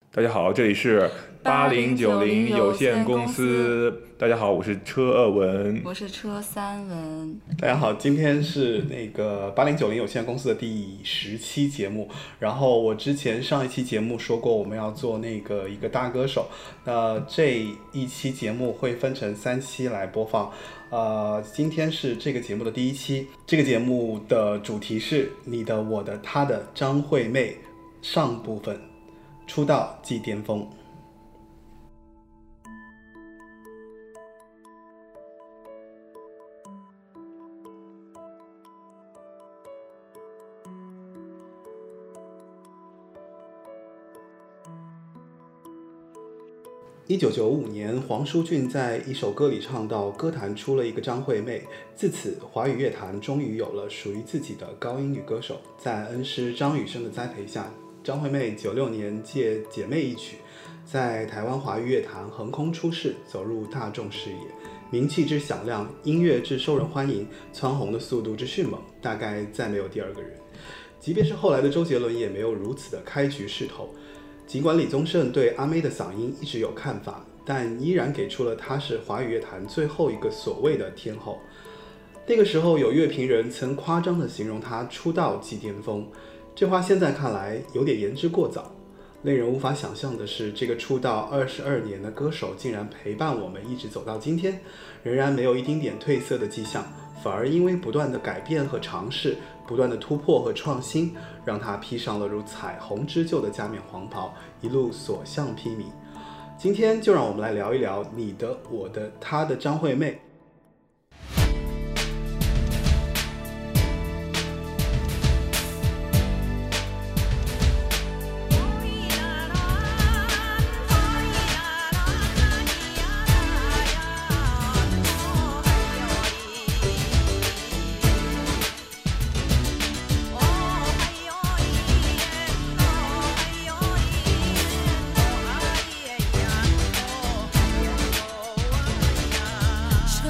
大家好，这里是8090有限公司。大家好，我是车二文， 我是车三文。 大家好，今天是那个8090有限公司的第10期节目。然后我之前上一期节目说过，我们要做那个一个大歌手。这一期节目会分成3期来播放。今天是这个节目的第1期。这个节目的主题是你的、我的、他的张惠妹上部分。出道即巅峰。1995年，黄舒骏在一首歌里唱到，歌坛出了一个张惠妹，自此华语乐坛终于有了属于自己的高音女歌手。在恩师张雨生的栽培下，张惠妹96年借《姐妹》一曲，在台湾华语乐坛横空出世，走入大众视野，名气之响亮，音乐之受人欢迎，蹿红的速度之迅猛，大概再没有第二个人。即便是后来的周杰伦也没有如此的开局势头。尽管李宗盛对阿妹的嗓音一直有看法，但依然给出了她是华语乐坛最后一个所谓的天后。那个时候有乐评人曾夸张地形容她出道即巅峰，这话现在看来有点言之过早。令人无法想象的是，这个出道22年的歌手竟然陪伴我们一直走到今天，仍然没有一丁点褪色的迹象，反而因为不断的改变和尝试，不断的突破和创新，让她披上了如彩虹织就的加冕黄袍，一路所向披靡。今天就让我们来聊一聊你的、我的、他的张惠妹。 车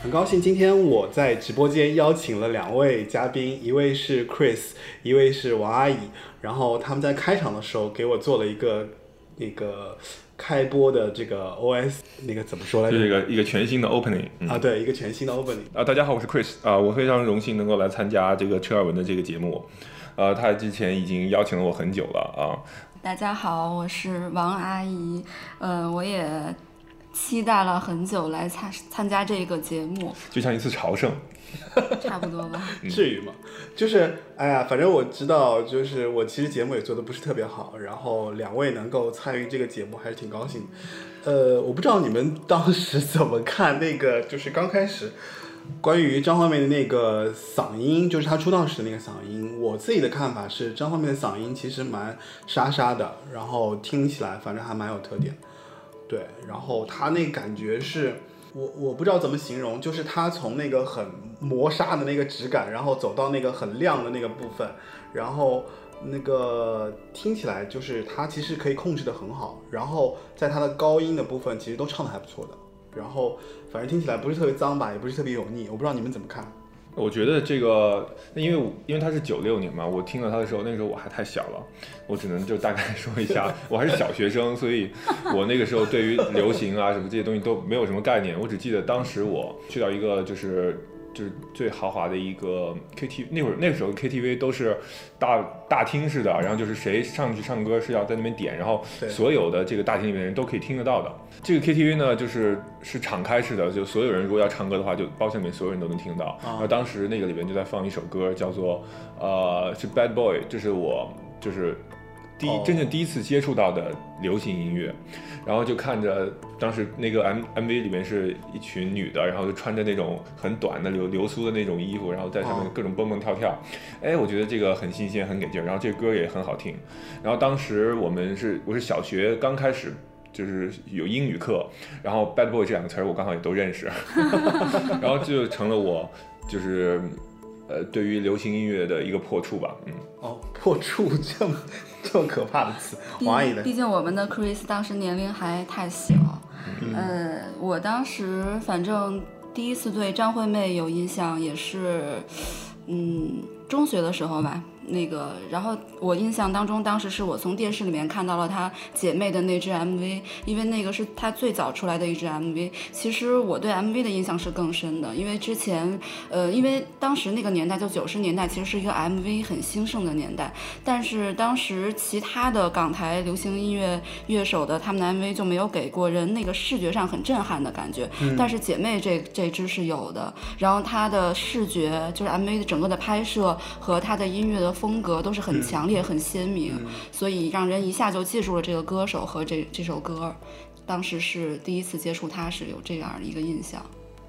很高兴今天我在直播间邀请了2位嘉宾，一位是 Chris， 一位是王阿姨。然后他们在开场的时候给我做了一个那个开播的这个 OS， 那个怎么说来着？ 是一个全新的 opening 对，一个全新的 opening 大家好，我是 Chris 我非常荣幸能够来参加这个车尔文的这个节目。他之前已经邀请了我很久了大家好，我是王阿姨，我也期待了很久来参加这个节目， 就像一次朝圣， 差不多吧。 至于吗？就是反正我知道，就是我其实节目也做得不是特别好，然后2位能够参与这个节目还是挺高兴的。我不知道你们当时怎么看那个，就是刚开始关于张惠妹的那个嗓音，就是她出道时的那个嗓音。我自己的看法是，张惠妹的嗓音其实蛮沙沙的，然后听起来反正还蛮有特点。对，然后她那感觉是我不知道怎么形容，就是她从那个很磨砂的那个质感，然后走到那个很亮的那个部分，然后那个听起来就是她其实可以控制得很好，然后在她的高音的部分其实都唱得还不错的，然后反正听起来不是特别脏吧，也不是特别油腻。我不知道你们怎么看。 我觉得这个，因为他是96年嘛，我听了他的时候，那个时候我还太小了，我只能就大概说一下，我还是小学生，所以我那个时候对于流行什么这些东西都没有什么概念。我只记得当时我去到一个就是最豪华的一个 KTV， 那个时候 KTV 都是大厅式的，然后就是谁上去唱歌是要在那边点，然后所有的这个大厅里面的人都可以听得到的。这个 KTV 呢，是敞开式的，就所有人如果要唱歌的话，就包厢里面所有人都能听到。然后当时那个里面就在放一首歌，叫做是 Bad Boy， 这是我就是真正第一次接触到的流行音乐。然后就看着当时那个 MV 里面是一群女的，然后就穿着那种很短的流苏的那种衣服，然后在上面各种蹦蹦跳跳。我觉得这个很新鲜，很给劲儿，然后这个歌也很好听。然后当时我是小学刚开始，就是有英语课，然后 Bad Boy 这2个词儿我刚好也都认识，然后就成了我就是对于流行音乐的一个破处吧。 破处这么可怕的词，王阿姨的。 毕竟我们的 Chris 当时年龄还太小。我当时反正第一次对张惠妹有印象也是中学的时候吧。然后我印象当中，当时是我从电视里面看到了她姐妹的那支 MV， 因为那个是她最早出来的一支 MV。其实我对 MV 的印象是更深的，因为之前因为当时那个年代就90年代，其实是一个 MV 很兴盛的年代，但是当时其他的港台流行音乐乐手的他们的 MV 就没有给过人那个视觉上很震撼的感觉。但是姐妹这支是有的，然后她的视觉就是 MV 的整个的拍摄和她的音乐的风格都是很强烈很鲜明，所以让人一下就记住了这个歌手和这首歌。当时是第一次接触他，是有这样的一个印象。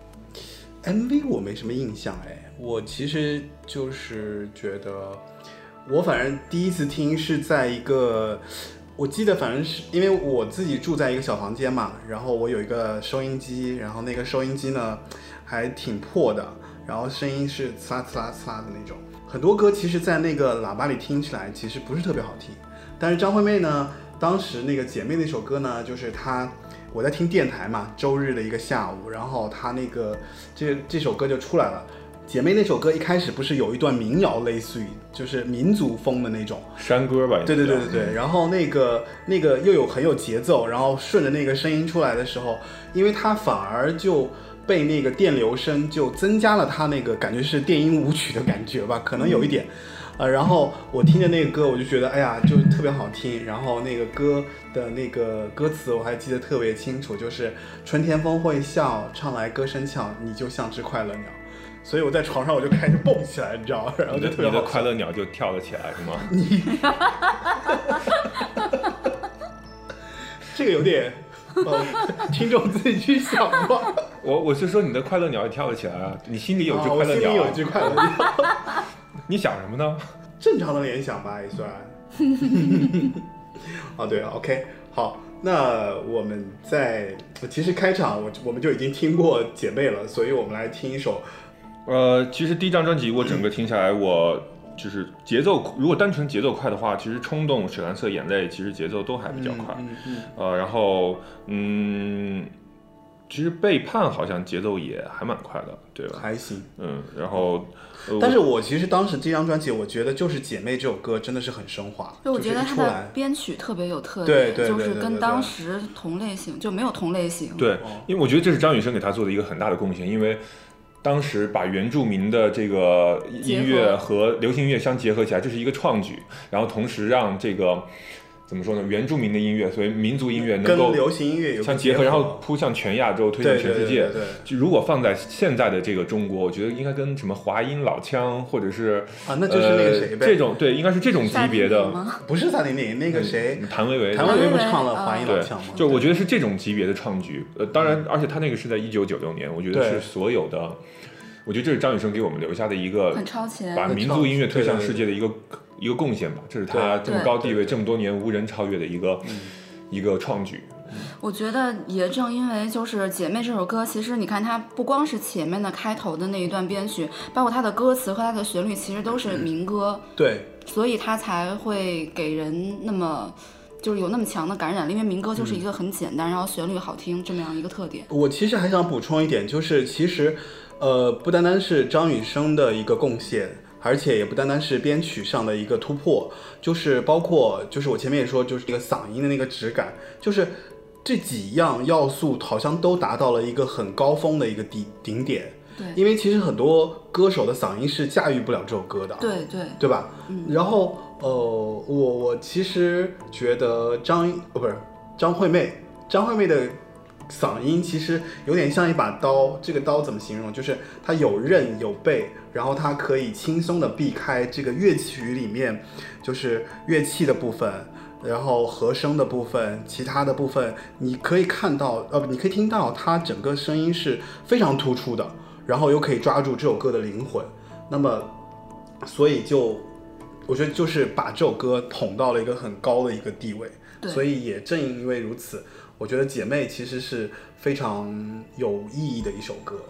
MV 我没什么印象我其实就是觉得我反正第一次听是在一个，我记得反正是因为我自己住在一个小房间嘛，然后我有一个收音机，然后那个收音机呢还挺破的，然后声音是呲啦呲啦呲啦的那种。很多歌其实在那个喇叭里听起来其实不是特别好听，但是张惠妹呢，当时那个姐妹那首歌呢，就是我在听电台嘛，周日的一个下午，然后她那个这首歌就出来了。姐妹那首歌一开始不是有一段民谣，类似于就是民族风的那种山歌吧？ 对，然后那个又很有节奏，然后顺着那个声音出来的时候，因为它反而就被那个电流声就增加了它那个感觉是电音舞曲的感觉吧，可能有一点。然后我听着那个歌，我就觉得哎呀，就特别好听。然后那个歌的那个歌词我还记得特别清楚，就是春天风会笑，唱来歌声俏，你就像只快乐鸟。所以我在床上我就开始蹦起来，你知道吗？然后就特别好笑。 你的快乐鸟就跳了起来，是吗？ 你这个有点，听众自己去想吧。 我是说你的快乐鸟也跳了起来啊，你心里有只快乐鸟。我心里有只快乐鸟。 你想什么呢？ 正常的联想吧，也算。对 ，OK， 好。那我们其实开场我们就已经听过姐妹了，所以我们来听一首。 其实第一张专辑我整个听下来，我就是节奏，如果单纯节奏快的话，其实冲动、水蓝色眼泪其实节奏都还比较快。然后其实背叛好像节奏也还蛮快的，对吧？ 还行， 然后， 但是我其实当时这张专辑，我觉得就是《姐妹》这首歌真的是很升华， 就我觉得它的编曲特别有特点，就是跟当时同类型就没有同类型。 对，因为我觉得这是张雨生给他做的一个很大的贡献，因为当时把原住民的这个音乐和流行音乐相结合起来，这是一个创举，然后同时让这个怎么说呢，原住民的音乐，所以民族音乐能够跟流行音乐有相结合，然后扑向全亚洲，推向全世界。 对， 如果放在现在的这个中国，我觉得应该跟什么华阴老腔，或者是那就是那个谁呗， 这种对，应该是这种级别的， 不是萨顶顶，那个谁， 谭维维不是唱了华阴老腔吗？ 就我觉得是这种级别的创举。当然，而且他那个是在1996年，我觉得是所有的。我觉得这是张雨生给我们留下的一个很超前， 把民族音乐推向世界的一个贡献吧。这是他这么高地位，这么多年无人超越的一个创举。 我觉得也正因为就是《姐妹》这首歌，其实你看它不光是前面的开头的那一段编曲，包括它的歌词和它的旋律，其实都是民歌。 对， 所以它才会给人那么。就是有那么强的感染力，因为民歌就是一个很简单，然后旋律好听这么样一个特点。 我其实还想补充一点，就是其实，不单单是张雨生的一个贡献，而且也不单单是编曲上的一个突破，就是包括就是我前面也说，就是这个嗓音的那个质感，就是这几样要素好像都达到了一个很高峰的一个顶点。 对， 因为其实很多歌手的嗓音是驾驭不了这首歌的，对吧？然后我其实觉得张惠妹的嗓音其实有点像一把刀，这个刀怎么形容？就是它有刃有背，然后它可以轻松的避开这个乐曲里面就是乐器的部分，然后和声的部分，其他的部分你可以看到你可以听到它整个声音是非常突出的，然后又可以抓住这首歌的灵魂。那么所以我觉得就是把这首歌捅到了一个很高的一个地位。所以也正因为如此，我觉得《姐妹》其实是非常有意义的一首歌。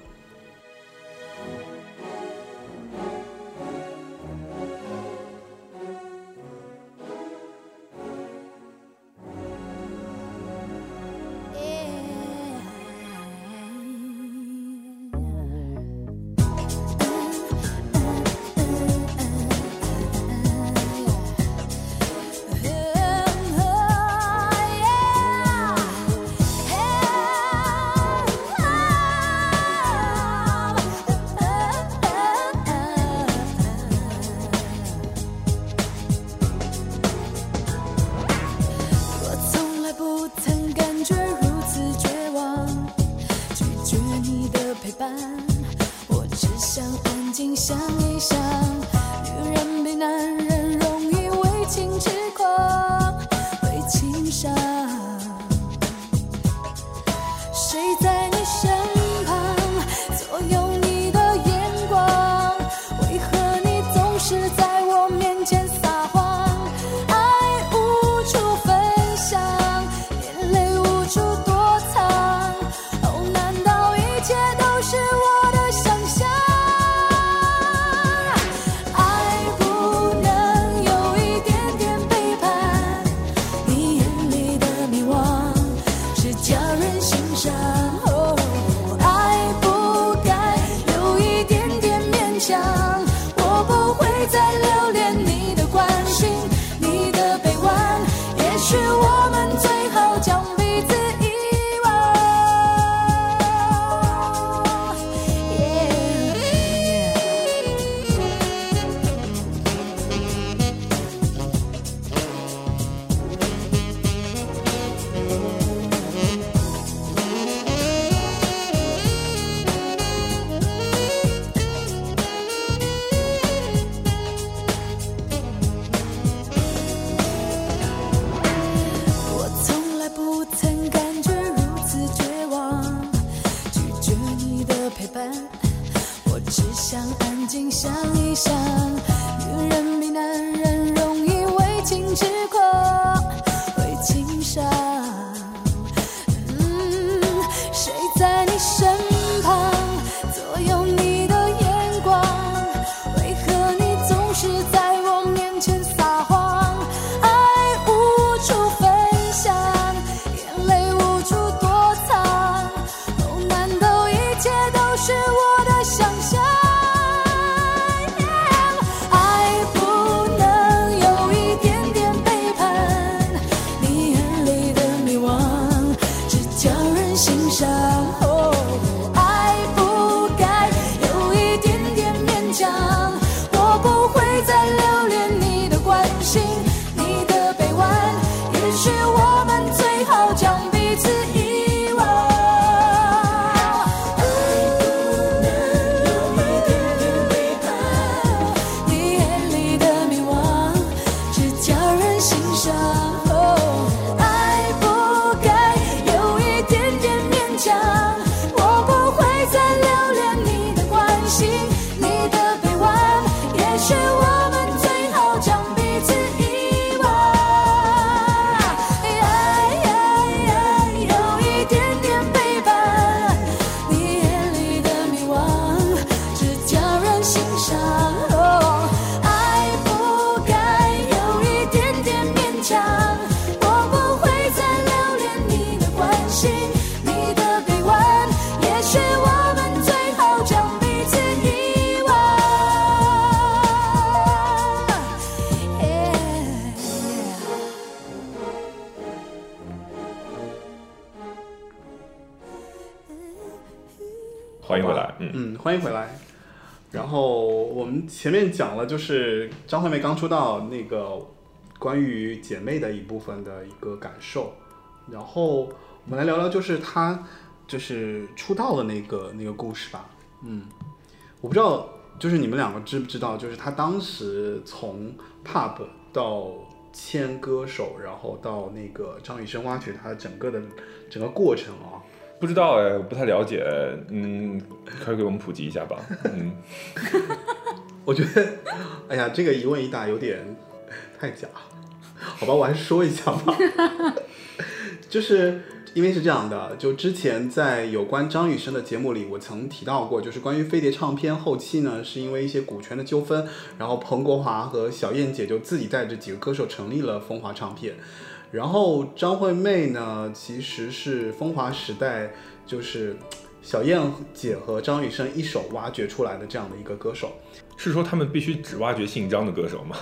爱不该有一点点勉强，我不会再留恋你的关心，你的臂弯，也许我们最好将彼此遗忘。爱不能有一点点背叛，你眼里的迷惘，只叫人心伤。爱不该有一点点勉强，我不会再留恋你的关心，你的臂弯，也许我们最好将彼此遗忘。有一点点背叛，你眼里的迷惘，只叫人心伤。爱不该有一点点勉强，我不会再留恋你的关心，你的臂弯，也许我们最好将彼此遗忘。 欢迎回来。 欢迎回来。然后我们前面讲了，就是张惠妹刚出道那个关于姐妹的一部分的一个感受，然后我们来聊聊就是她就是出道的那个故事吧。我不知道就是你们两个知不知道，就是她当时从 pub 到签歌手，然后到那个张雨生挖掘她整个过程啊。 不知道哎，我不太了解，可以给我们普及一下吧。 我觉得，哎呀，这个一问一答有点太假，好吧，我还是说一下吧。就是因为是这样的，就之前在有关张雨生的节目里，我曾提到过，就是关于飞碟唱片后期呢，是因为一些股权的纠纷，然后彭国华和小燕姐就自己带着几个歌手成立了风华唱片。然后张惠妹呢，其实是风华时代就是小燕姐和张雨生一手挖掘出来的这样的一个歌手。 是说他们必须只挖掘姓张的歌手吗？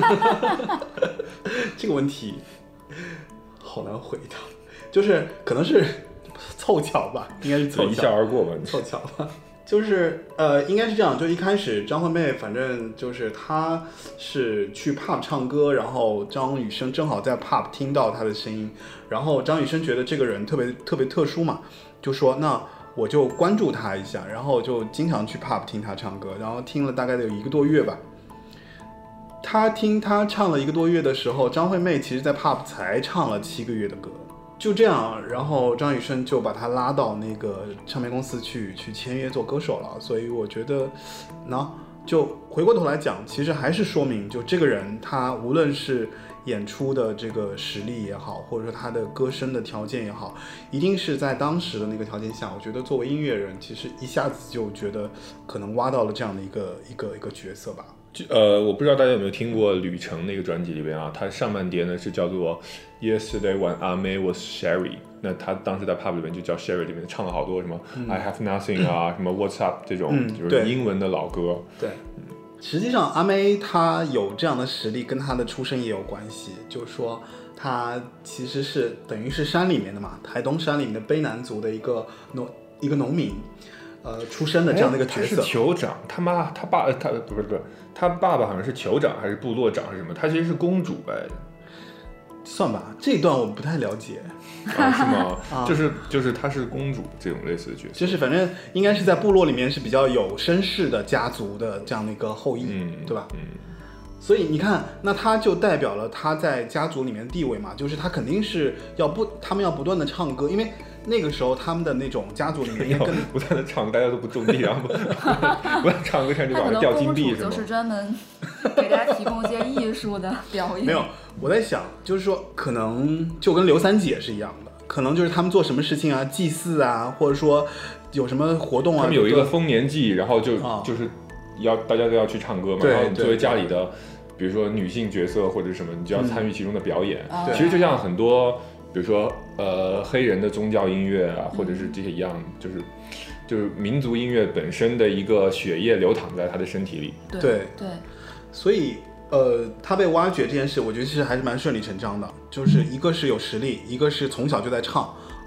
这个问题好难回答，就是可能是凑巧吧，应该是凑巧， 一笑而过吧， 凑巧吧。就是应该是这样，就一开始张惠妹反正就是她是去 pub 唱歌，然后张雨生正好在 pub 听到她的声音，然后张雨生觉得这个人特别特殊嘛，就说那我就关注她一下，然后就经常去 pub 听她唱歌，然后听了大概有1个多月吧。他听她唱了1个多月的时候，张惠妹其实在 pub 才唱了7个月的歌。就这样，然后张雨生就把他拉到那个唱片公司去签约做歌手了。所以我觉得，就回过头来讲，其实还是说明，就这个人他无论是演出的这个实力也好，或者说他的歌声的条件也好，一定是在当时的那个条件下，我觉得作为音乐人，其实一下子就觉得可能挖到了这样的一个角色吧。 我不知道大家有没有听过《旅程》那个专辑里边啊，它上半碟呢是叫做 Yesterday When Ame Was Sherry， 那他当时在 pub 里面就叫 Sherry， 里面唱了好多什么、I Have Nothing 啊，什么 What's Up 这种、就是英文的老歌。 对，实际上阿妹她有这样的实力，跟她的出身也有关系，就是说她其实是等于是山里面的嘛，台东山里面的卑南族的一个农民。出身的这样的一个角色。 他是酋长，他爸不是，他爸爸好像是酋长还是部落长还是什么？他其实是公主呗。 算吧，这一段我不太了解。 啊，是吗？就是她是公主这种类似的角色。 就是反正应该是在部落里面是比较有绅士的家族的这样的一个后裔，对吧？所以你看，那他就代表了他在家族里面的地位嘛，就是他肯定是他们要不断的唱歌，因为那个时候他们的那种家族里面更不断的唱，大家都不种地，然后不断唱歌，甚至往掉金币，是吗？ 就是专门给大家提供一些艺术的表演。 没有，我在想，就是说可能就跟刘三姐是一样的，可能就是他们做什么事情啊，祭祀啊，或者说有什么活动啊， 他们有一个丰年祭，然后就是大家都要去唱歌嘛，然后作为家里的。比如说女性角色或者什么，你就要参与其中的表演。其实就像很多，比如说黑人的宗教音乐啊，或者是这些一样，就是民族音乐本身的一个血液流淌在他的身体里。 对，所以他被挖掘这件事，我觉得其实还是蛮顺理成章的。就是一个是有实力，一个是从小就在唱，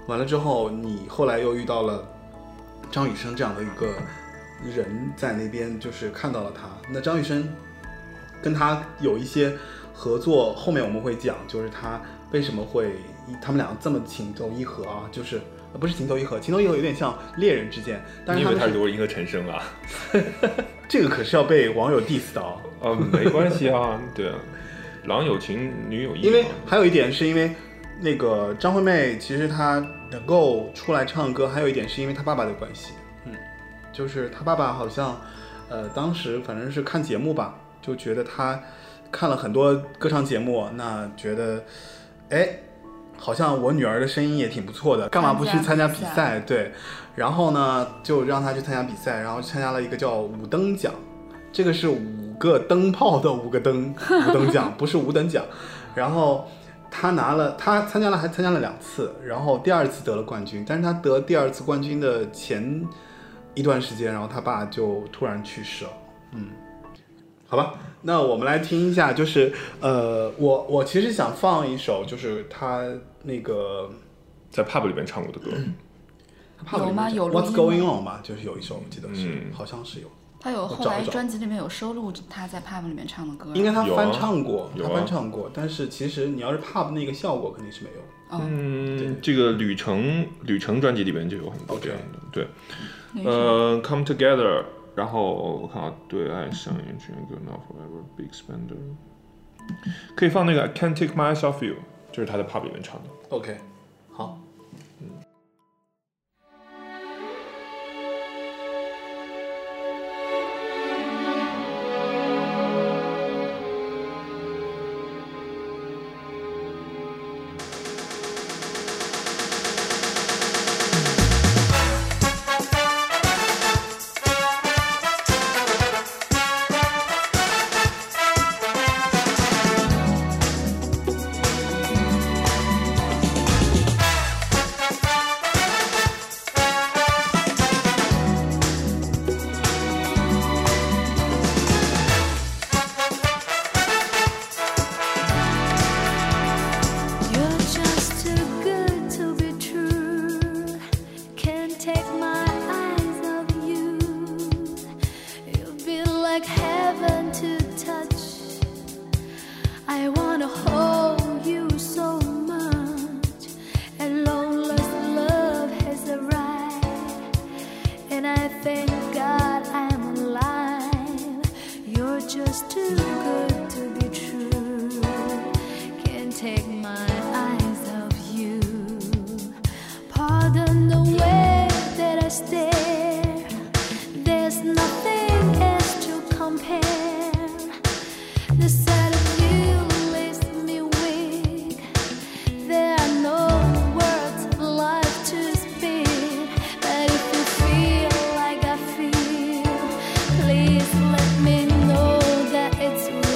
完了之后你后来又遇到了张雨生这样的一个人在那边，就是看到了他。那张雨生跟他有一些合作，后面我们会讲，就是他为什么会他们俩这么情投意合啊，就是不是情投意合，情投意合有点像猎人之间，但是你以为他是罗银和陈升啊？ 这个可是要被网友 diss 的哦。 没关系啊，对啊，郎有情女有意。 因为还有一点是因为那个张惠妹，其实她能够出来唱歌，还有一点是因为她爸爸的关系。就是她爸爸好像，当时反正是看节目吧，就觉得她看了很多歌唱节目，那觉得，哎，好像我女儿的声音也挺不错的，干嘛不去参加比赛？对，然后呢，就让她去参加比赛，然后参加了一个叫五灯奖，这个是5个灯泡的5个灯，五灯奖不是5等奖，然后。他参加了2次，然后第2次得了冠军，但是他得第2次冠军的前一段时间，然后他爸就突然去世了。好吧，那我们来听一下，就是我其实想放一首，就是他那个在 pub 里面唱过的歌。 有吗？有 What's Going On 嘛，就是有一首，我记得是，好像是有。 他有后来专辑里面有收录他在 pub 里面唱的歌， 应该他翻唱过， 他翻唱过，但是其实你要是 pub 那个效果肯定是没有。 这个旅程专辑里面就有很多这样的，对。Come Together， 然后我看到对爱上演全歌 Now Forever Big Spender， 可以放那个 I Can't Take My Eyes Off You， 就是他在 pub 里面唱的。 OK， 好。 Please let me know that it's real.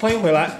欢迎回来。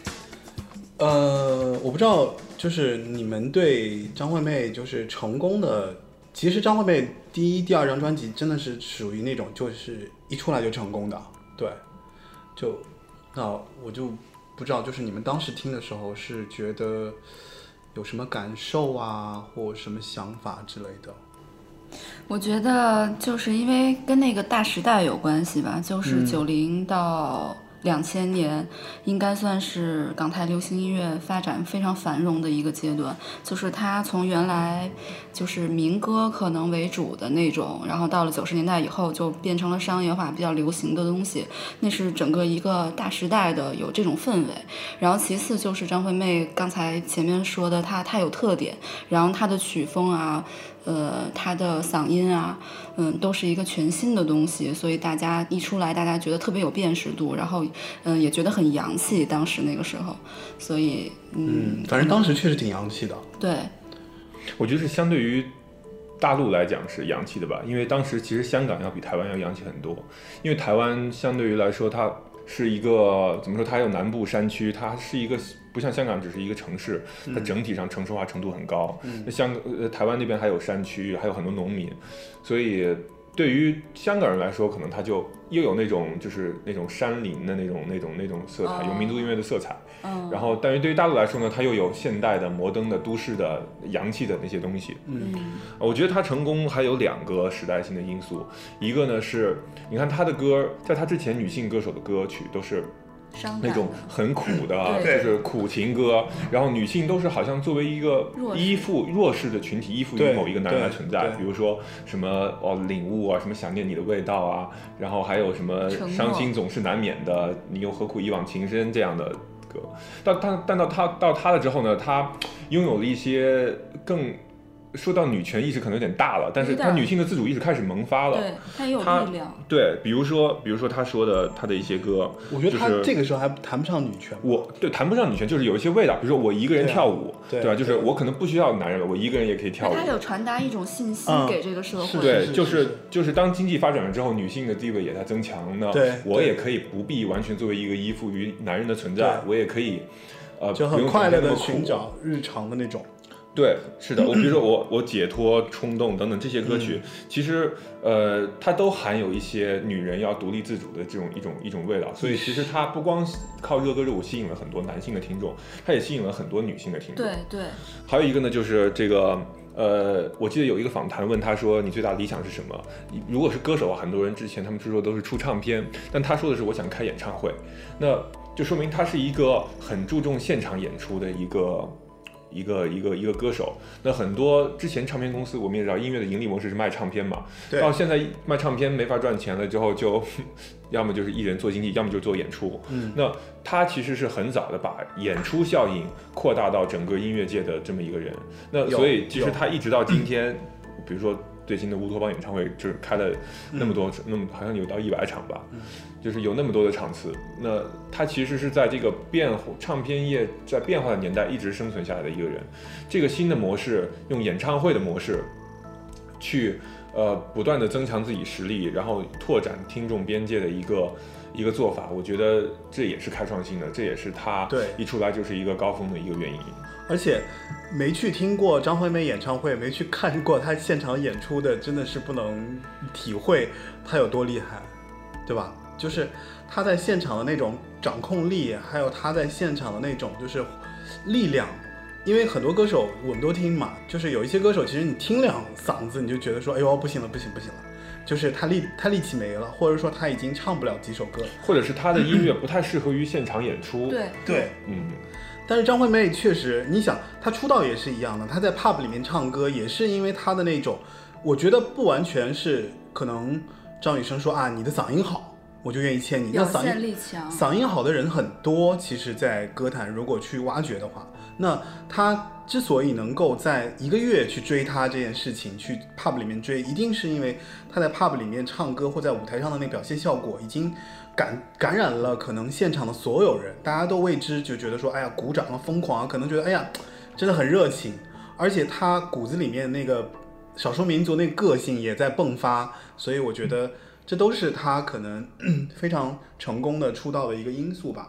我不知道，就是你们对张惠妹就是成功的，其实张惠妹第一、第二张专辑真的是属于那种就是一出来就成功的，对，那我就不知道，就是你们当时听的时候是觉得有什么感受啊，或什么想法之类的？ 我觉得就是因为跟那个大时代有关系吧，就是90到2000年应该算是港台流行音乐发展非常繁荣的一个阶段，就是它从原来就是民歌可能为主的那种，然后到了90年代以后就变成了商业化比较流行的东西，那是整个一个大时代的有这种氛围。然后其次就是张惠妹刚才前面说的，她有特点，然后她的曲风啊她的嗓音啊，都是一个全新的东西，所以大家一出来，大家觉得特别有辨识度，然后也觉得很洋气，当时那个时候，所以反正当时确实挺洋气的。 对， 我觉得是相对于大陆来讲是洋气的吧，因为当时其实香港要比台湾要洋气很多，因为台湾相对于来说它是一个怎么说，它有南部山区，它是一个不像香港只是一个城市，它整体上城市化程度很高。那台湾那边还有山区，还有很多农民，所以对于香港人来说，可能他就又有那种就是那种山林的那种色彩，有民族音乐的色彩。然后，但是对于大陆来说呢，它又有现代的、摩登的、都市的、洋气的那些东西。我觉得他成功还有2个时代性的因素，一个呢是，你看他的歌，在他之前女性歌手的歌曲都是那种很苦的，就是苦情歌，然后女性都是好像作为一个依附弱势的群体，依附于某一个男人来存在，比如说什么领悟啊，什么想念你的味道啊，然后还有什么伤心总是难免的，你又何苦一往情深这样的歌。但到他了之后呢，他拥有了一些更。说到女权意识可能有点大了，但是她女性的自主意识开始萌发了， 对，她也有力量。 对，比如说她说的她的一些歌， 我觉得她这个时候还谈不上女权。 谈不上女权，就是有一些味道，比如说我一个人跳舞，对吧？就是我可能不需要男人了，我一个人也可以跳舞。 她有传达一种信息给这个社会。 对，就是当经济发展了之后，女性的地位也在增强呢。我也可以不必完全作为一个依附于男人的存在，我也可以就很快乐的寻找日常的那种。 对，是的，比如说我解脱、冲动等等这些歌曲，其实它都含有一些女人要独立自主的这种一种味道，所以其实它不光靠热歌热舞吸引了很多男性的听众，它也吸引了很多女性的听众。 对。 还有一个呢，就是这个我记得有一个访谈问他说你最大的理想是什么？如果是歌手啊，很多人之前他们制作都是出唱片，但他说的是我想开演唱会，那就说明他是一个很注重现场演出的一个歌手。那很多之前唱片公司我们也知道，音乐的盈利模式是卖唱片嘛，到现在卖唱片没法赚钱了之后，就要么就是艺人做经纪，要么就是做演出。那他其实是很早的把演出效应扩大到整个音乐界的这么一个人。那所以其实他一直到今天，比如说最新的乌托邦演唱会就是开了那么多，好像有到100场吧，就是有那么多的场次。那他其实是在这个唱片业在变化的年代一直生存下来的一个人。这个新的模式，用演唱会的模式去不断的增强自己实力，然后拓展听众边界的一个做法，我觉得这也是开创性的，这也是他一出来就是一个高峰的一个原因。 而且没去听过张惠妹演唱会，没去看过她现场演出的，真的是不能体会她有多厉害，对吧？就是她在现场的那种掌控力，还有她在现场的那种就是力量。因为很多歌手我们都听嘛，就是有一些歌手其实你听2嗓子你就觉得说，哎呦不行了，就是他力气没了，或者说他已经唱不了几首歌， 或者是他的音乐不太适合于现场演出。 对， 但是张惠妹确实，你想她出道也是一样的，她在 pub 里面唱歌也是因为她的那种，我觉得不完全是可能张雨生说啊你的嗓音好我就愿意签你，那嗓音好的人很多，其实在歌坛如果去挖掘的话，那他之所以能够在1个月去追他这件事情，去 pub 里面追，一定是因为他在 pub 里面唱歌或在舞台上的那表现效果已经感染了可能现场的所有人，大家都为之就觉得说哎呀鼓掌啊疯狂啊，可能觉得哎呀真的很热情，而且他骨子里面那个少数民族那个个性也在迸发，所以我觉得这都是他可能非常成功的出道的一个因素吧。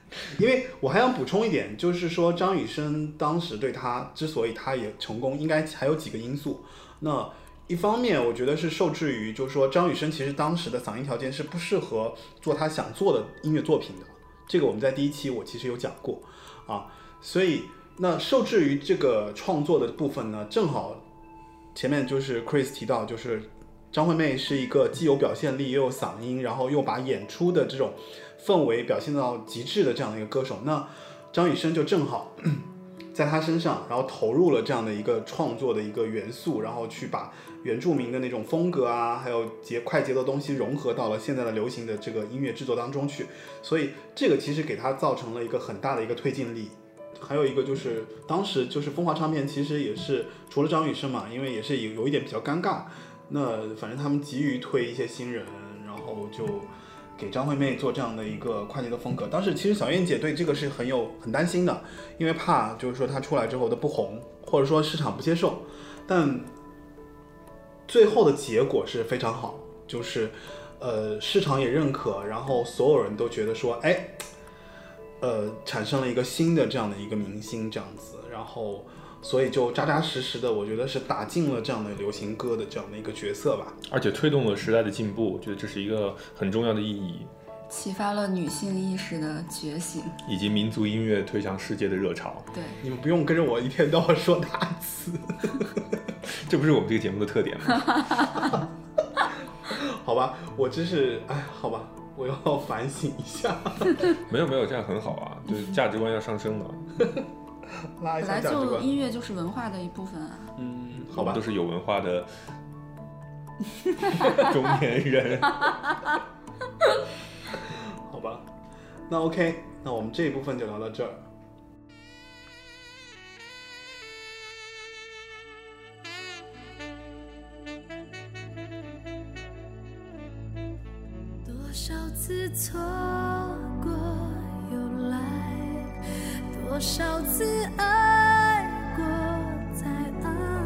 因为我还想补充一点，就是说张雨生当时对他之所以他也成功，应该还有几个因素。那一方面，我觉得是受制于，就是说张雨生其实当时的嗓音条件是不适合做他想做的音乐作品的。这个我们在第一期我其实有讲过啊，所以那受制于这个创作的部分呢，正好前面就是 Chris 提到，就是张惠妹是一个既有表现力又有嗓音，然后又把演出的这种氛围表现到极致的这样的一个歌手。那张雨生就正好在他身上，然后投入了这样的一个创作的一个元素，然后去把原住民的那种风格啊，还有快节奏的东西融合到了现在的流行的这个音乐制作当中去，所以这个其实给他造成了一个很大的一个推进力。还有一个就是当时就是风华唱片其实也是除了张雨生嘛，因为也是有一点比较尴尬，那反正他们急于推一些新人，然后就给张惠妹做这样的一个快节奏风格。当时其实小燕姐对这个是很担心的，因为怕就是说她出来之后的不红，或者说市场不接受。但最后的结果是非常好，就是市场也认可，然后所有人都觉得说，哎，产生了一个新的这样的一个明星这样子，然后所以就扎扎实实的，我觉得是打进了这样的流行歌的这样的一个角色吧， 而且推动了时代的进步，我觉得这是一个很重要的意义， 启发了女性意识的觉醒， 以及民族音乐推向世界的热潮。 对， 你们不用跟着我一天到晚说大词， 这不是我们这个节目的特点吗？ 好吧，我真是，哎，好吧，我要反省一下。 没有，这样很好啊，就是价值观要上升的。 拉一本来下价值观。 就音乐就是文化的一部分啊。 好吧， 都是有文化的中年人。 好吧，那 OK， 那我们这一部分就聊到这儿。 多少次错过又来，多少次爱过再爱，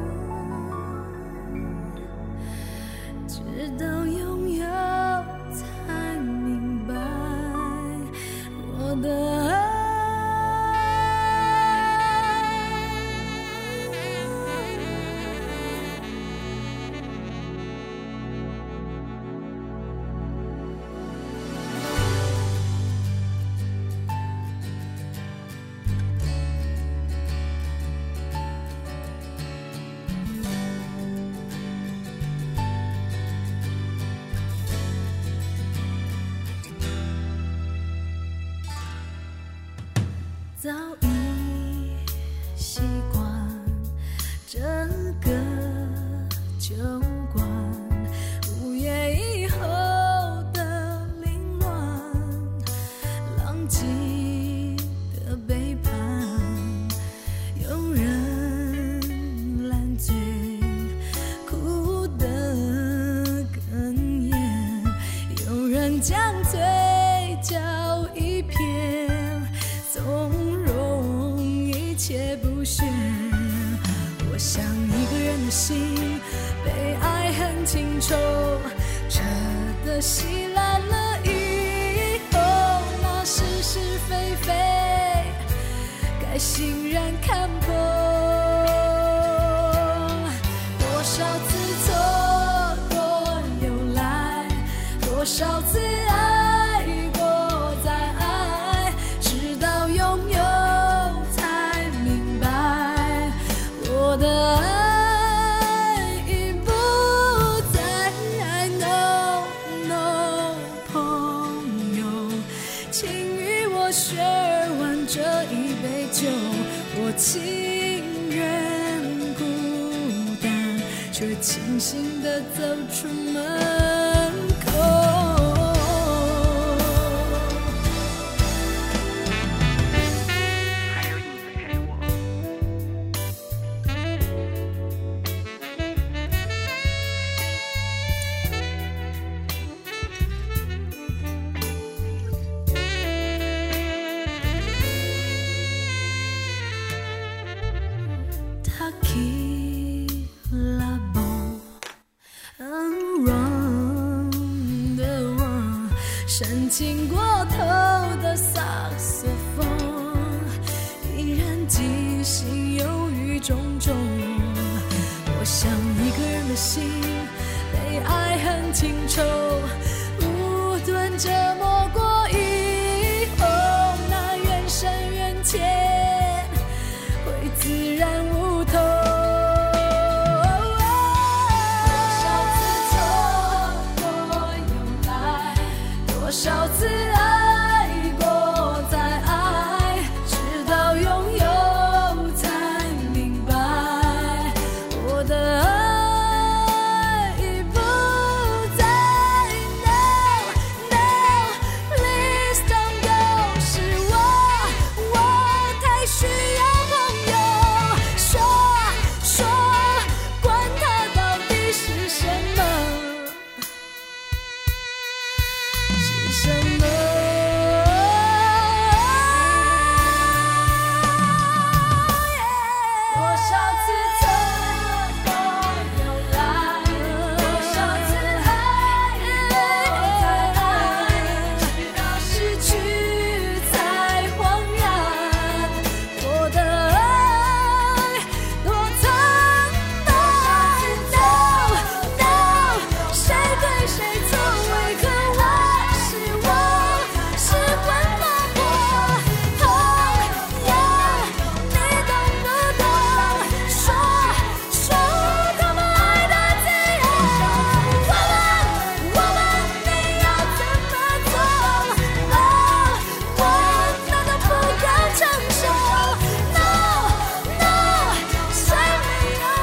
直到拥有才明白我的爱。早已习惯这个酒馆，午夜以后的凌乱，浪迹的背叛，有人烂醉，哭得哽咽，有人将嘴角一撇，从一切不屑。我想一个人的心被爱恨情仇彻的稀烂了以后，那是是非非该欣然看破。多少次错过又来，多少次爱过再爱，直到拥有我的爱已不再 no no 朋友，请与我 share 完这一杯酒，我情愿孤单，却清醒地走出门口。Taki la bon, un run. 深情过头的萨克斯风，依然记心忧郁种种。我想一个人的心被爱恨情仇无端折磨过以后，那缘深缘浅会自然无头。多少次爱过再爱，直到拥有才明白，我的爱已不在。No no please don't go， 是我太需要朋友，说管它到底是什么。什么？多少次错过又来，多少次爱过再爱，直到失去才恍然，我的爱多苍白。No no， 谁对谁错？为何我？是魂落魄，痛呀，你懂不懂？说他们爱的自由，我们你要怎么做？我难道不要承受 ？No no， 谁没有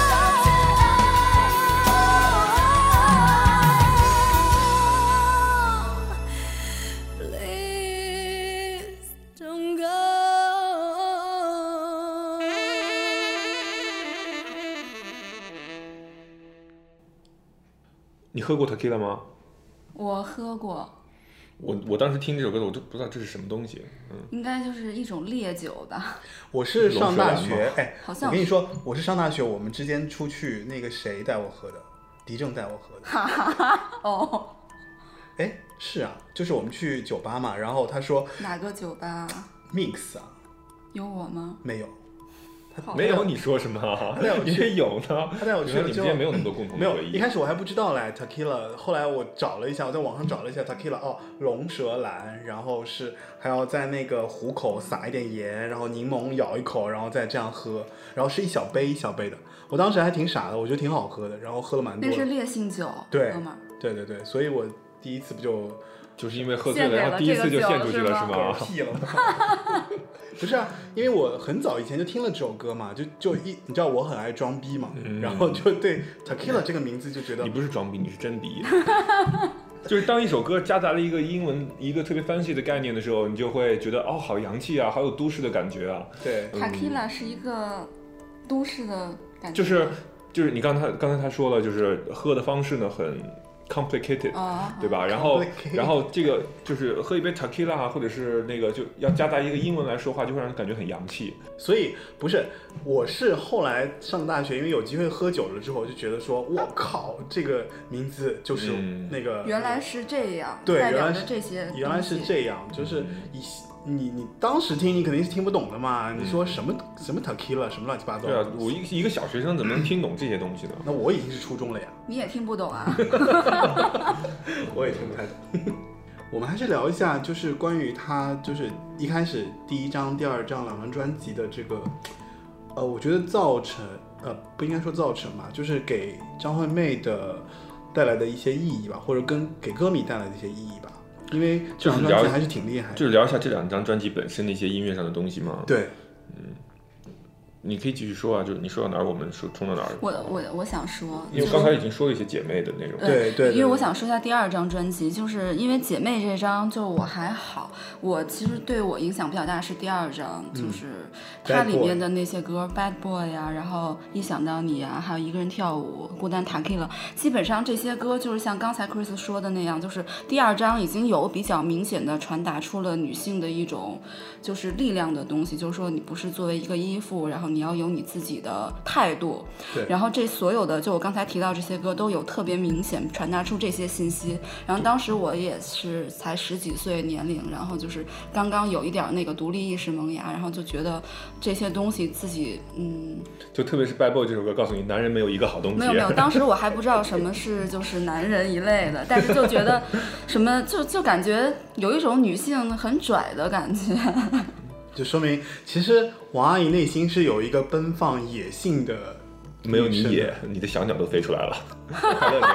我？ Please don't go。 你喝过 tequila 吗？ 我喝过， 我当时听这首歌我都不知道这是什么东西。 应该就是一种烈酒吧。 我是上大龙舌学， 兰哎， 好像我跟你说，我是上大学，我们之间出去，那个谁带我喝的，狄正带我喝的。 哦， 哎，是啊，就是我们去酒吧嘛，然后他说哪个酒吧？ mix 啊， 有我吗？ 没有， 没有你说什么啊？ 带我去也有呢。 他带我去原来你们之了之后间没有那么多共同没有， 的回忆。 一开始我还不知道嘞 tequila， 后来我找了一下，我在网上找了一下 tequila， 哦，龙舌兰，然后是还要在那个壶口撒一点盐，然后柠檬咬一口，然后再这样喝，然后是一小杯一小杯的。我当时还挺傻的，我觉得挺好喝的，然后喝了蛮多的。 那是烈性酒， 对哥们儿。 对对对，所以我第一次不就是因为喝醉了， 献给了然后第一次就献出去了，是吗？ 屁了不是啊，因为我很早以前就听了这首歌嘛，你知道我很爱装逼嘛，然后就对 tequila 这个名字就觉得你不是装逼，你是真逼。就是当一首歌夹杂了一个英文一个特别 fancy 的概念的时候，你就会觉得哦，好洋气啊，好有都市的感觉啊。 对。 Tequila 是一个都市的感觉。 就是你刚才他说了，就是喝的方式呢很 complicated，对吧？然后这个就是喝一杯 tequila 或者是那个就要夹杂一个英文来说话，就会让人感觉很洋气。 所以不是，我是后来上大学，因为有机会喝酒了之后，就觉得说，我靠，这个名字就是那个。 原来是这样， 对， 代表着这些。 原来是这样，就是你当时听你肯定是听不懂的嘛，你说什么 tequila 什么乱七八糟。 对啊，我一个小学生怎么能听懂这些东西呢？ 那我已经是初中了呀。 你也听不懂啊？ 我也听不太懂。我们还是聊一下，就是关于他，就是一开始第一张、第二张两张专辑的这个，我觉得造成，不应该说造成吧，就是给张惠妹的带来的一些意义吧，或者给歌迷带来的一些意义吧。因为这张专辑还是挺厉害的。 就是聊一下这两张专辑本身的一些音乐上的东西吗？ 对， 你可以继续说啊，就是你说到哪儿，我们冲到哪儿。 我想说， 因为刚才已经说了一些姐妹的内容。 对， 因为我想说一下第二张专辑，就是因为姐妹这张就我还好，我其实对我影响比较大是第二张，就是它里面的那些歌 Bad Boy 呀，然后一想到你呀，还有一个人跳舞，孤单 Tequila， 基本上这些歌就是像刚才 Chris 说的那样，就是第二张已经有比较明显的传达出了女性的一种就是力量的东西，就是说你不是作为一个依附，然后你要有你自己的态度。 对， 然后这所有的，就我刚才提到这些歌，都有特别明显传达出这些信息。然后当时我也是才10几岁年龄，然后就是刚刚有一点那个独立意识萌芽，然后就觉得这些东西自己就特别是《Bad Boy》这首歌，告诉你男人没有一个好东西。 没有，当时我还不知道什么是就是男人一类的，但是就觉得什么就感觉有一种女性很拽的感觉。 就说明其实王阿姨内心是有一个奔放野性的。 没有你野，你的小鸟都飞出来了。快乐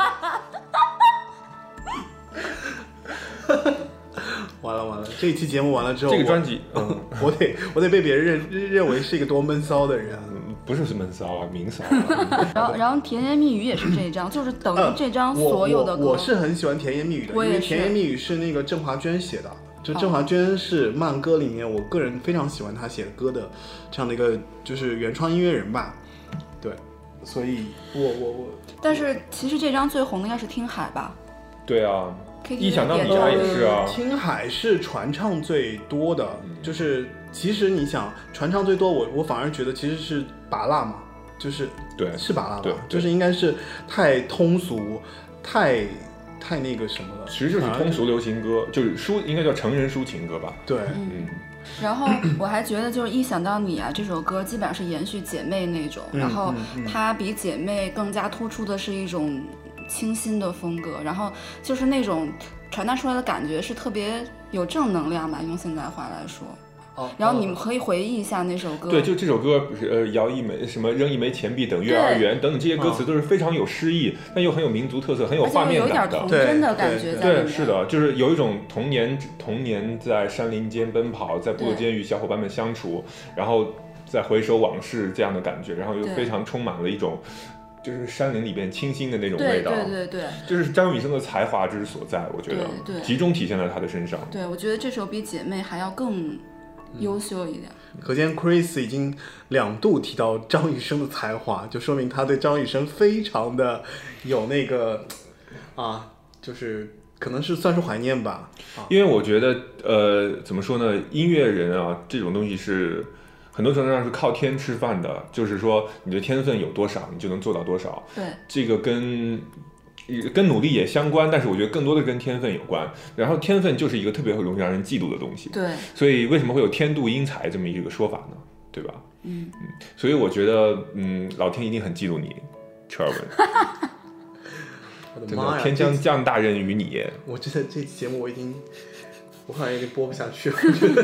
鸟。 完了，这一期节目完了之后， 这个专辑， 我得被别人认为是一个多闷骚的人。 不是闷骚啊，明骚啊。 然后甜言蜜语也是这张，就是等于这张所有的歌。 我是很喜欢甜言蜜语的，因为甜言蜜语是那个郑华娟写的。就郑华娟是慢歌里面，我个人非常喜欢她写的歌的这样的一个就是原创音乐人吧。对，所以我。 但是其实这张最红的应该是听海吧？ 对啊。一想到你也是啊。 听海是传唱最多的，就是其实你想传唱最多，我反而觉得其实是拔蜡嘛，就是对， 是拔蜡吧， 对， 就是应该是太通俗，太那个什么了。 其实就是通俗流行歌，就是应该叫成人抒情歌吧。 对， 然后我还觉得就是一想到你啊这首歌基本上是延续姐妹那种，然后它比姐妹更加突出的是一种清新的风格，然后就是那种传达出来的感觉是特别有正能量吧，用现在话来说。然后你们可以回忆一下那首歌。 对，就这首歌，摇一枚什么扔一枚钱币等于2元等等，这些歌词都是非常有诗意，但又很有民族特色，很有画面感的， 有点童真的感觉在里面。 对，是的，就是有一种童年在山林间奔跑，在部落间与小伙伴们相处，然后再回首往事这样的感觉，然后又非常充满了一种就是山林里边清新的那种味道。 对， 就是张雨生的才华之所在，我觉得对集中体现在他的身上。 对，我觉得这首比姐妹还要更优秀一点。 可见 Chris 已经2度提到张雨生的才华，就说明他对张雨生非常的有那个就是可能是算是怀念吧。 因为我觉得怎么说呢，音乐人啊这种东西是很多程度上是靠天吃饭的，就是说你的天分有多少，你就能做到多少。 对， 这个跟努力也相关，但是我觉得更多的跟天分有关。然后天分就是一个特别容易让人嫉妒的东西。 对，所以为什么会有天妒英才这么一个说法呢？对吧？所以我觉得老天一定很嫉妒你 Cherwin 我的妈呀， 天将降大任于你。 我觉得这期节目我好像已经播不下去了。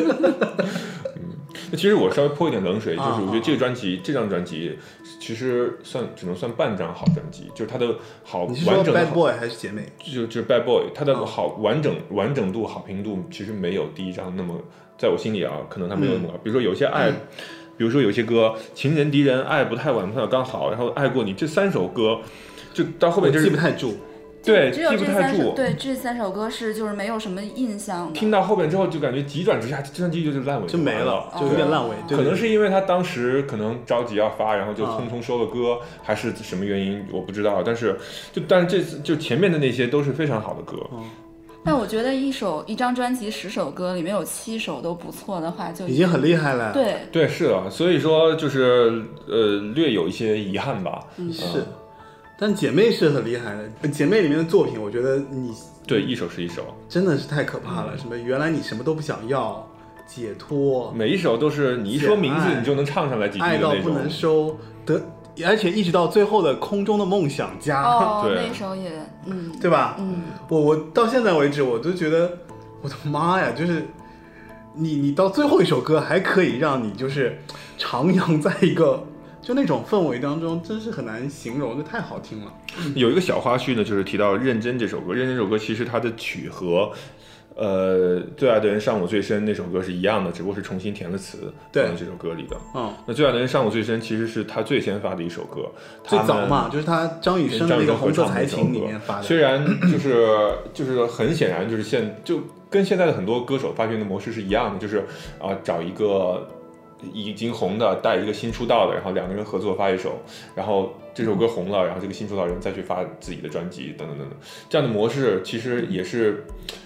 其实我稍微泼一点冷水，就是我觉得这张专辑其实只能算半张好专辑，就是它的好完整的。你是说 Bad Boy 还是姐妹？ 就是 Bad Boy， 它的好完整度、好评度其实没有第一张那么，在我心里可能它没有那么高。比如说有些爱，比如说有些歌，情人敌人爱不太晚，不太刚好，然后爱过你，这3首歌，就到后面就是记不太住。 对， 只有记不太住。 对，这3首歌就是没有什么印象的。 听到后面之后就感觉急转直下，这专辑就烂尾就没了，就有点烂尾。 可能是因为他当时可能着急要发，然后就匆匆收了歌，还是什么原因我不知道。但是这次就前面的那些都是非常好的歌。 但我觉得一张专辑10首歌里面有7首都不错的话，就已经很厉害了。 对，是的，所以说就是略有一些遗憾吧。 是。但姐妹是很厉害的，姐妹里面的作品，我觉得你对一首是一首， 真的是太可怕了。什么原来你什么都不想要，解脱， 每一首都是你一说名字你就能唱上来几句的那种， 爱到不能收的，而且一直到最后的空中的梦想家， 对，那首也对吧？我到现在为止我都觉得我的妈呀，就是你到最后一首歌还可以让你就是徜徉在一个。就那种氛围当中，真是很难形容，这太好听了。 有一个小花絮呢，就是提到《认真》这首歌，《认真》这首歌其实它的曲和最爱的人伤我最深那首歌是一样的，只不过是重新填了词放在这首歌里的。那最爱的人伤我最深其实是他最先发的一首歌， 最早嘛，就是他张雨生的那个红色才情里面发的。 虽然就是很显然就是就跟现在的很多歌手发行的模式是一样的，就是找一个已经红的带一个新出道的，然后2个人合作发一首，然后这首歌红了，然后这个新出道人再去发自己的专辑等等等等，这样的模式其实也是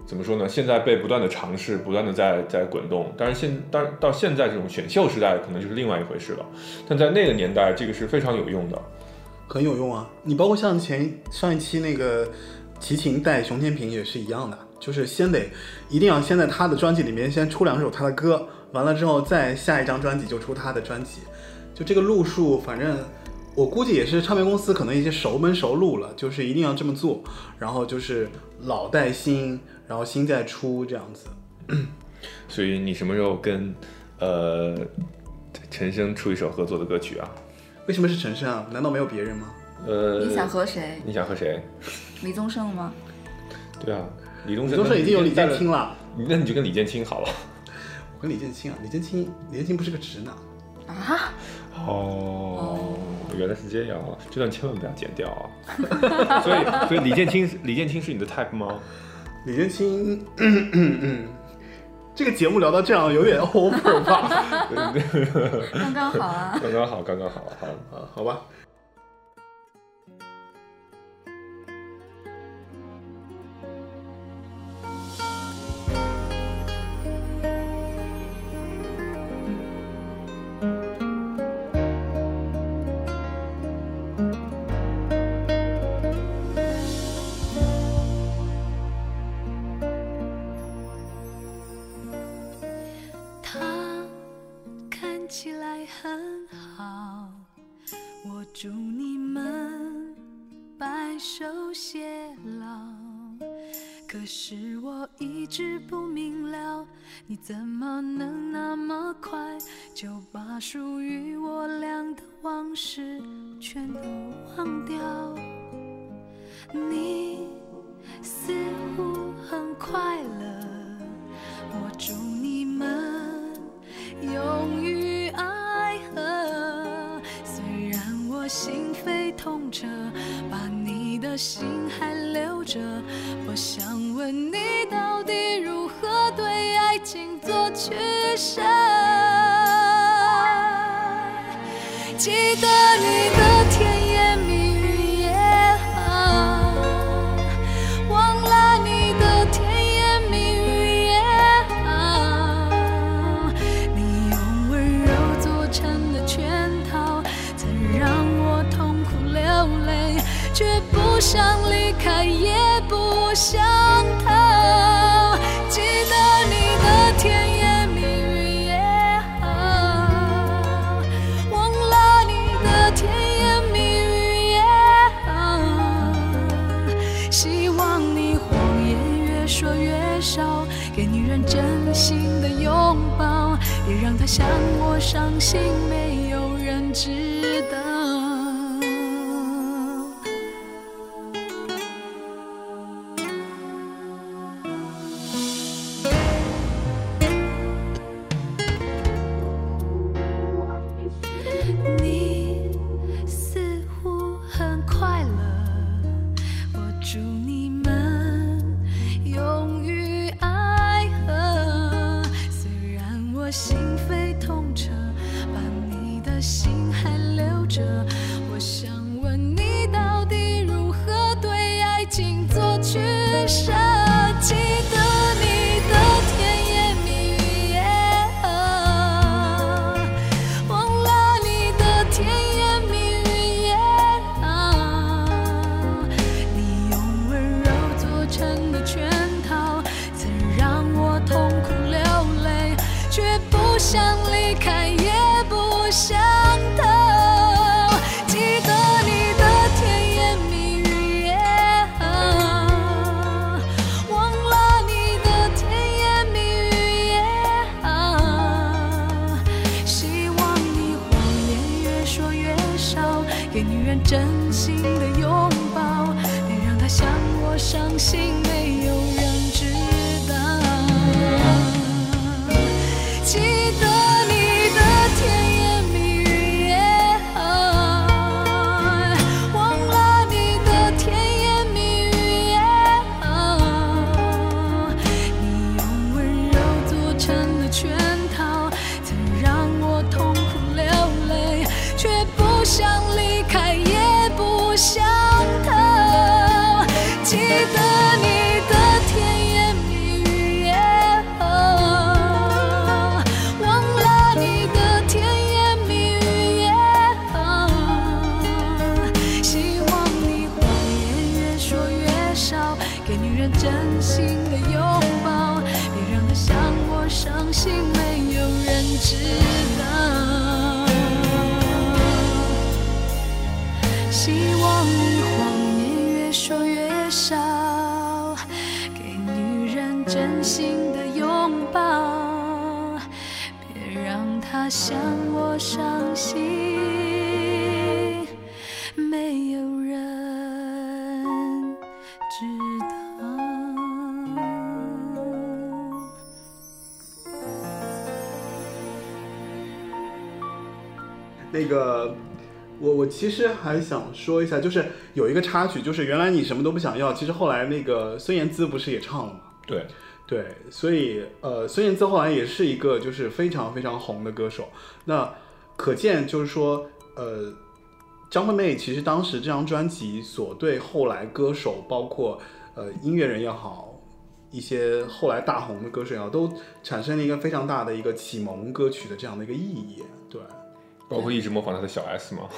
怎么说呢？现在被不断的尝试，不断的在滚动。当然到现在这种选秀时代，可能就是另外一回事了。但在那个年代，这个是非常有用的， 很有用啊。你包括像上一期那个齐秦带熊天平也是一样的，就是一定要先在他的专辑里面先出2首他的歌，完了之后再下一张专辑就出他的专辑，就这个路数，反正我估计也是唱片公司可能一些熟门熟路了，就是一定要这么做，然后就是老带新，然后新再出这样子。 所以你什么时候跟陈升出一首合作的歌曲啊？ 为什么是陈升啊？难道没有别人吗？ 你想和谁？ 你想和谁？ 李宗盛吗？ 对啊，李宗盛已经有李建清了， 那你就跟李建清好了。 我跟李建清啊，李建清不是个直男啊？ 哦，原来是这样啊！这段千万不要剪掉啊！所以李建清是你的 type 吗？ 李建清，这个节目聊到这样有点 over 吧？ 刚刚好啊！ 刚刚好， 好吧。 祝你们白首偕老，可是我一直不明了，你怎么能那么快就把属于我俩的往事全都忘掉？你似乎很快乐，我祝你们永浴爱河。虽然我心扉痛彻，把你的心还留着，我想问你到底如何对爱情做取舍？记得你的甜言蜜语也好，忘了你的甜言蜜语也好，你用温柔做成的圈套，曾让我痛苦流泪，却不想离开也不想逃。记得你的甜言蜜语也好，忘了你的甜言蜜语也好，希望你谎言越说越少，给女人真心的拥抱，别让她像我伤心没有人知道。你似乎很快乐，我祝你们永浴爱河。虽然我心扉痛彻，把你的心还留着，我想问你到底如何对爱情做取舍？记得你的甜言蜜语也好，忘了你的甜言蜜语也好，你用温柔做成的圈套，曾让我痛苦流泪，却不想离开也不想逃。记得你的甜言蜜语也好，忘了你的甜言蜜语也好，希望你谎言越说越少，给女人真心的拥抱，别让她像我伤心没有人知道。记得你的甜言蜜语也好，忘了你的甜言蜜语也好，你用温柔做成的圈套，曾让我痛苦流泪，却不想离开也不想逃。记得你的真心的拥抱，别让它向我伤心，没有人知道。希望你谎言越说越少，给女人真心的拥抱，别让她向我伤心，没有人知道。 那个，我其实还想说一下，就是有一个插曲，就是原来你什么都不想要，其实后来那个孙燕姿不是也唱了吗？ 对。 对，所以孙燕姿后来也是一个就是非常非常红的歌手。那可见就是说，张惠妹其实当时这张专辑所对后来歌手，包括音乐人也好，一些后来大红的歌手也好，都产生了一个非常大的一个启蒙歌曲的这样的一个意义。对， 包括一直模仿他的小 S 嘛，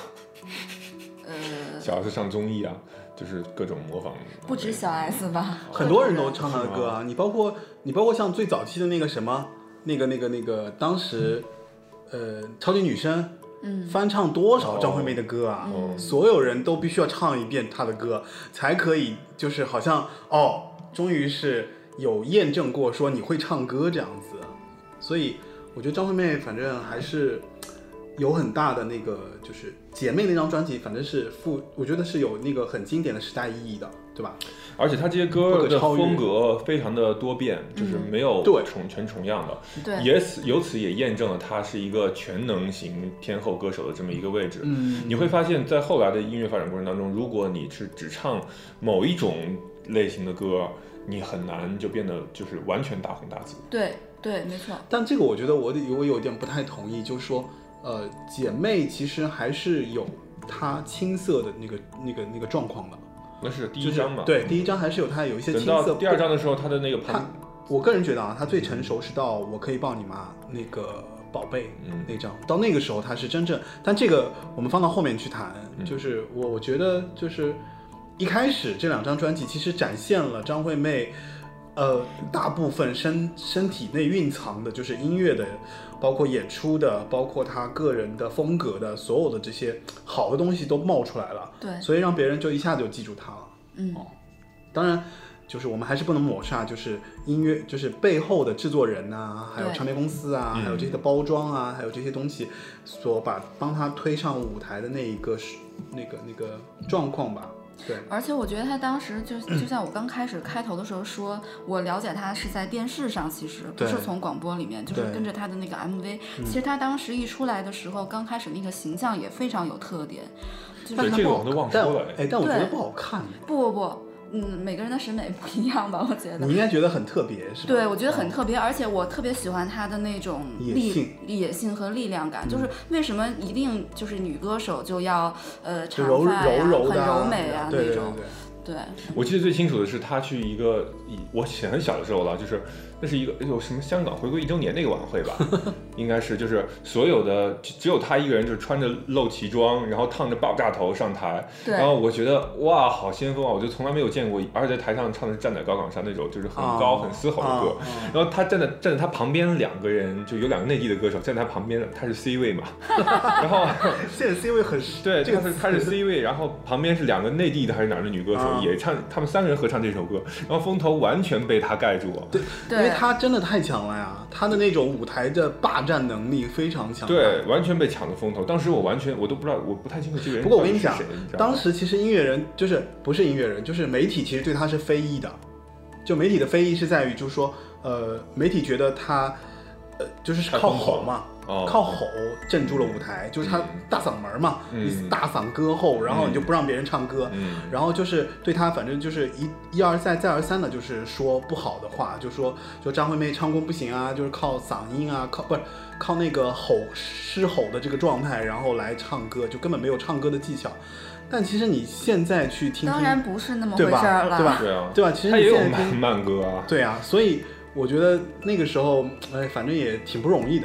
小 S 上综艺啊，就是各种模仿。 不止小 S 吧， 很多人都唱他的歌啊。你包括像最早期的那个什么，那个，当时超级女声。翻唱多少张惠妹的歌啊？所有人都必须要唱一遍她的歌，才可以就是好像终于是有验证过说你会唱歌这样子。所以我觉得张惠妹反正还是有很大的那个，就是姐妹那张专辑，反正是我觉得是有那个很经典的时代意义的，对吧？ 而且他这些歌的风格非常的多变，就是没有全重样的。 对， 由此也验证了他是一个全能型天后歌手的这么一个位置。你会发现在后来的音乐发展过程当中，如果你是只唱某一种类型的歌，你很难就变得就是完全大红大紫。 对，没错。 但这个我觉得我有点不太同意，就是说，姐妹其实还是有她青涩的那个状况的。 那是第一章嘛？ 对，第一章还是有它有一些青涩。 等到第二章的时候，它的那个我个人觉得啊，它最成熟是到我可以抱你吗那个宝贝那章，到那个时候它是真正。但这个我们放到后面去谈，就是我觉得就是一开始这两张专辑其实展现了张惠妹，大部分身体内蕴藏的就是音乐的。包括演出的，包括他个人的风格的，所有的这些好的东西都冒出来了。 对， 所以让别人就一下子就记住他了。当然，就是我们还是不能抹杀，就是音乐，就是背后的制作人啊，还有唱片公司啊，还有这些的包装啊，还有这些东西，所帮他推上舞台的那个状况吧。对， 而且我觉得他当时就像我刚开头的时候说，我了解他是在电视上，其实不是从广播里面，就是跟着他的那个 MV。其实他当时一出来的时候，刚开始那个形象也非常有特点。 对，这个我都忘说了。 但我觉得不好看。 不。每个人的审美不一样吧，我觉得。 你应该觉得很特别，是吧？ 对，我觉得很特别，而且我特别喜欢她的那种野性和力量感。就是为什么一定就是女歌手就要长发呀，很柔美啊那种。对， 我记得最清楚的是她去一个我很小的时候了，就是那是一个有什么香港回归1周年那个晚会吧，应该是就是所有的只有她一个人，就是穿着露脐装，然后烫着爆炸头上台，然后我觉得哇好先锋啊，我就从来没有见过，而且在台上唱的是站在高岗上那种就是很高很嘶吼的歌，然后她站在她旁边2个人，就有2个内地的歌手站在她旁边，她是 C 位嘛，然后现在 C 位很对，她是 C 位，然后旁边是2个内地的还是哪儿的女歌手。也唱，他们3个人合唱这首歌，然后风头完全被他盖住了。 对，因为他真的太强了呀，他的那种舞台的霸占能力非常强。 对，完全被抢了风头。当时我都不知道，我不太清楚这个人。 不过我跟你讲，当时其实音乐人不是音乐人，就是媒体其实对他是非议的。就媒体的非议是在于，就是说，媒体觉得他，就是靠吼嘛。靠吼镇住了舞台，就是他大嗓门嘛，大嗓歌后，然后你就不让别人唱歌，然后就是对他反正就是一而再再而三的，就是说不好的话，就说张惠妹唱功不行啊，就是靠嗓音啊，靠那个狮吼的这个状态，然后来唱歌，就根本没有唱歌的技巧。但其实你现在去听， 当然不是那么回事了， 对吧？对吧？其实他也有慢歌啊， 对啊，所以我觉得那个时候，反正也挺不容易的。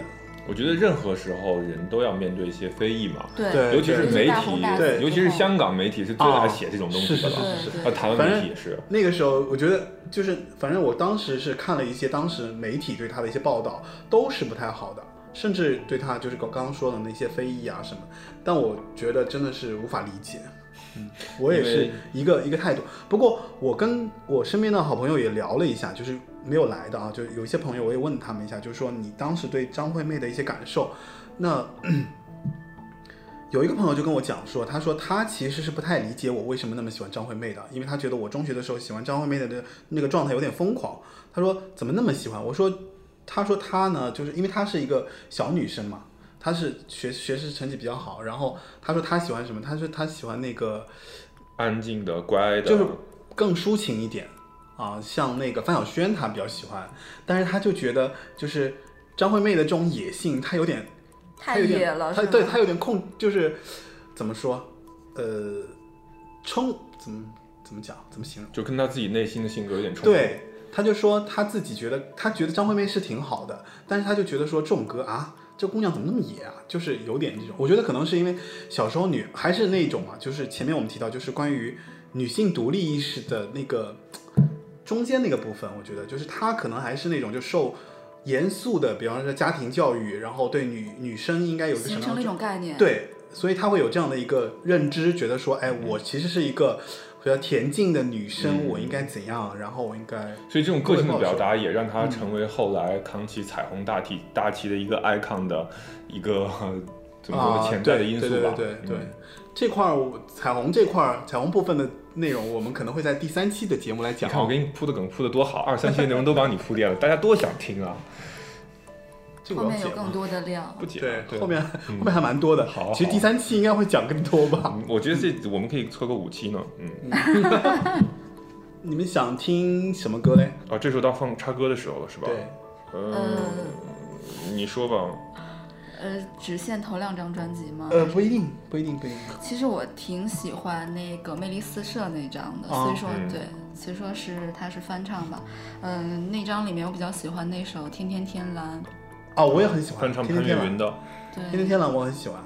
我觉得任何时候人都要面对一些非议嘛， 对， 尤其是媒大红大紫体，尤其是香港媒体是最爱写这种东西的了， 对台湾媒体也是。 那个时候我觉得就是反正我当时是看了一些当时媒体对他的一些报道，都是不太好的，甚至对他就是刚刚说的那些非议啊什么，但我觉得真的是无法理解。我也是一个态度。不过我跟我身边的好朋友也聊了一下，就是没有来的啊，就有一些朋友我也问他们一下，就是说你当时对张惠妹的一些感受。那有一个朋友就跟我讲说，他说他其实是不太理解我为什么那么喜欢张惠妹的，因为他觉得我中学的时候喜欢张惠妹的那个状态有点疯狂。他说怎么那么喜欢？他说他呢，就是因为她是一个小女生嘛。他是学习成绩比较好，然后他说他喜欢什么？他说他喜欢那个安静的、乖的， 就是更抒情一点啊，像那个范晓萱他比较喜欢，但是他就觉得就是张惠妹的这种野性，他有点太野了， 他对他有点就是怎么说，怎么讲？怎么形容？ 就跟他自己内心的性格有点冲突。 对，他就说他自己觉得张惠妹是挺好的，但是他就觉得说这种歌啊。这姑娘怎么那么野啊？就是有点这种，我觉得可能是因为小时候还是那种啊，就是前面我们提到，就是关于女性独立意识的那个中间那个部分，我觉得就是她可能还是那种就受严肃的，比方说家庭教育，然后对女生应该有一个什么样的形成了一种概念， 对，所以她会有这样的一个认知，觉得说，哎，我其实是一个比较恬静的女生，我应该怎样，然后我应该， 所以这种个性的表达也让她成为后来扛起彩虹大旗的一个 icon 的一个怎么说潜在的因素吧。 对，这块彩虹部分的内容，我们可能会在第3期的节目来讲。 你看我给你铺的梗铺的多好，2、3期的内容都帮你铺垫了，大家多想听啊！ 后面有更多的料， 不解，对，后面还蛮多的。 好， 其实第3期应该会讲更多吧？ 我觉得我们可以凑个5期呢。 你们想听什么歌嘞？ 啊，这时候到放插歌的时候了，是吧？ 对。 你说吧。 只限头2张专辑吗？ 不一定。 其实我挺喜欢那个《魅力四射》那张的，所以说虽说它是翻唱吧。那张里面我比较喜欢那首《天天天蓝》。 哦，我也很喜欢翻唱潘越云的。 对， 天天天蓝我很喜欢。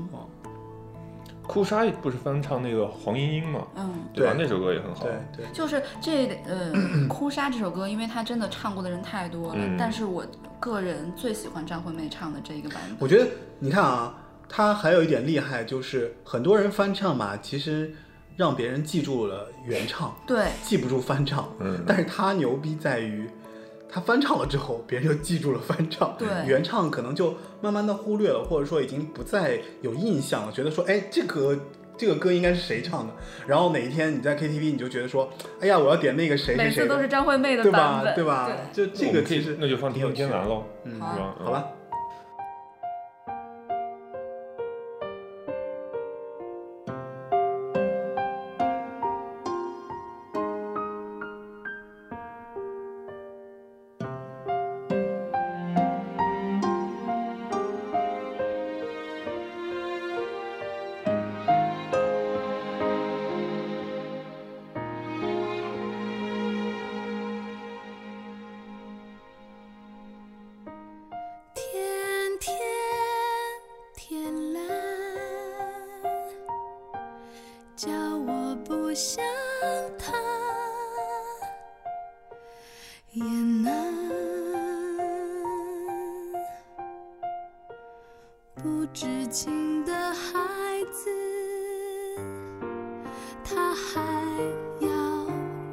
哭砂不是翻唱那个黄莺莺嘛？对吧？那首歌也很好。 对， 就是哭砂这首歌，因为它真的唱过的人太多了，但是我个人最喜欢张惠妹唱的这个版本。 我觉得你看啊，她还有一点厉害，就是很多人翻唱嘛，其实让别人记住了原唱， 对， 记不住翻唱。但是她牛逼在于。他翻唱了之后，别人就记住了翻唱， 对， 原唱可能就慢慢的忽略了，或者说已经不再有印象了，觉得说，哎，这个歌应该是谁唱的？然后哪一天你在 KTV 你就觉得说，哎呀，我要点那个谁谁谁， 每次都是张惠妹的版本， 对吧？就这个其实那就放天天蓝喽， 好吧。 叫我不想他，也难不知情的孩子，他还要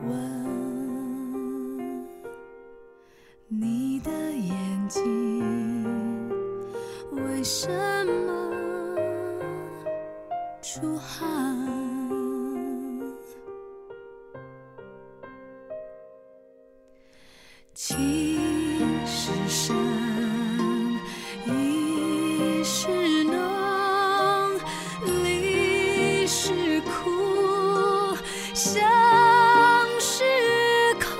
问你的眼睛为什么出汗。情是深，意是浓，理是苦，相是空。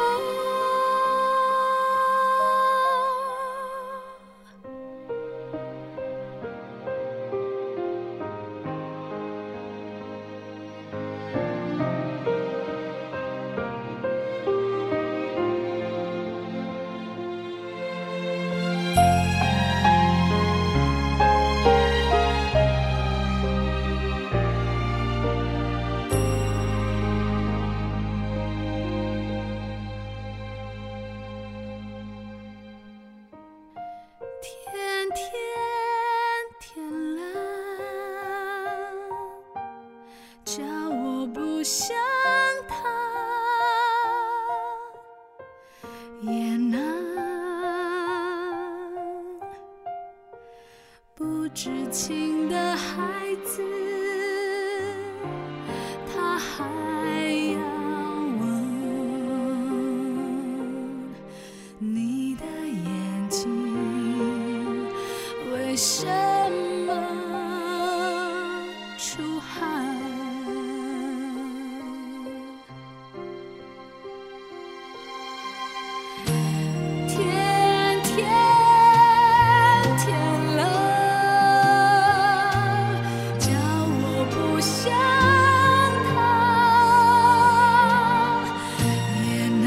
知情的孩子，他还要问你的眼睛为什么出汗。天天天冷，叫我不想逃，也难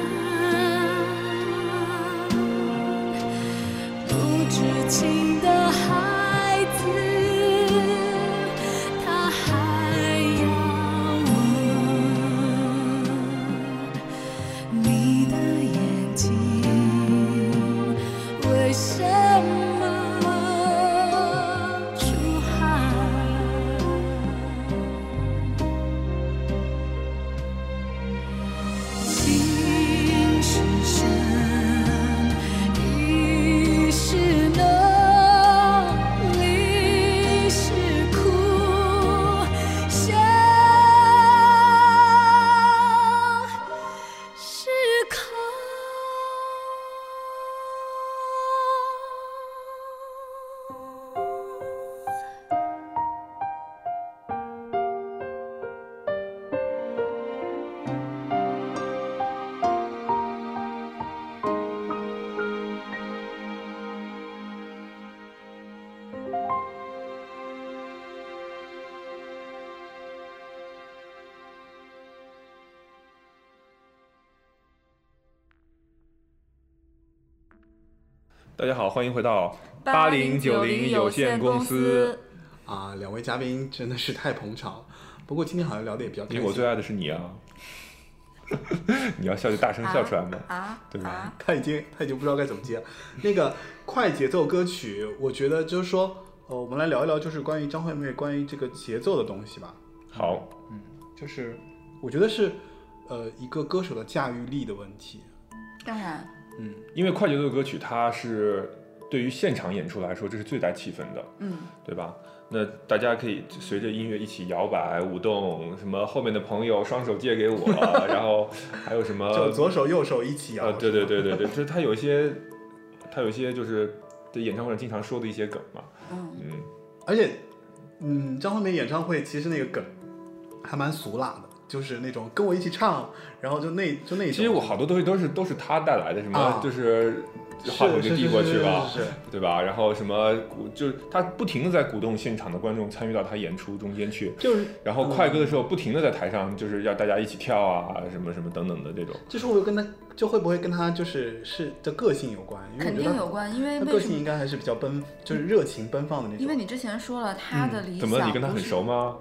不知情的孩子，他还要问你的眼睛为什么出汗？情是深，意是浓，离是苦，相是空。 大家好，欢迎回到8090有限公司。 啊，两位嘉宾真的是太捧场了。不过今天好像聊的也比较开心。 因为我最爱的是你啊，你要笑就大声笑出来嘛，对吧？ 他已经不知道该怎么接了。那个快节奏歌曲，我觉得就是说，我们来聊一聊，就是关于张惠妹关于这个节奏的东西吧。 好， 就是我觉得是一个歌手的驾驭力的问题。 当然， 因为快节奏歌曲它是对于现场演出来说，这是最带气氛的，对吧？那大家可以随着音乐一起摇摆舞动，什么后面的朋友双手借给我，然后还有什么就左手右手一起摇。 对，就是它有一些就是在演唱会上经常说的一些梗嘛， 而且张惠妹演唱会其实那个梗还蛮俗辣的。就是那种跟我一起唱，然后就那种。 其实我好多东西都是他带来的，什么就是话筒就递过去吧，对吧？然后什么就是他不停的在鼓动现场的观众参与到他演出中间去， 就是然后快歌的时候不停的在台上就是要大家一起跳啊，什么什么等等的这种。 就是会跟他会不会跟他是的个性有关？因为肯定有关，因为他个性应该还是比较就是热情奔放的那种。 因为你之前说了他的理想， 怎么你跟他很熟吗？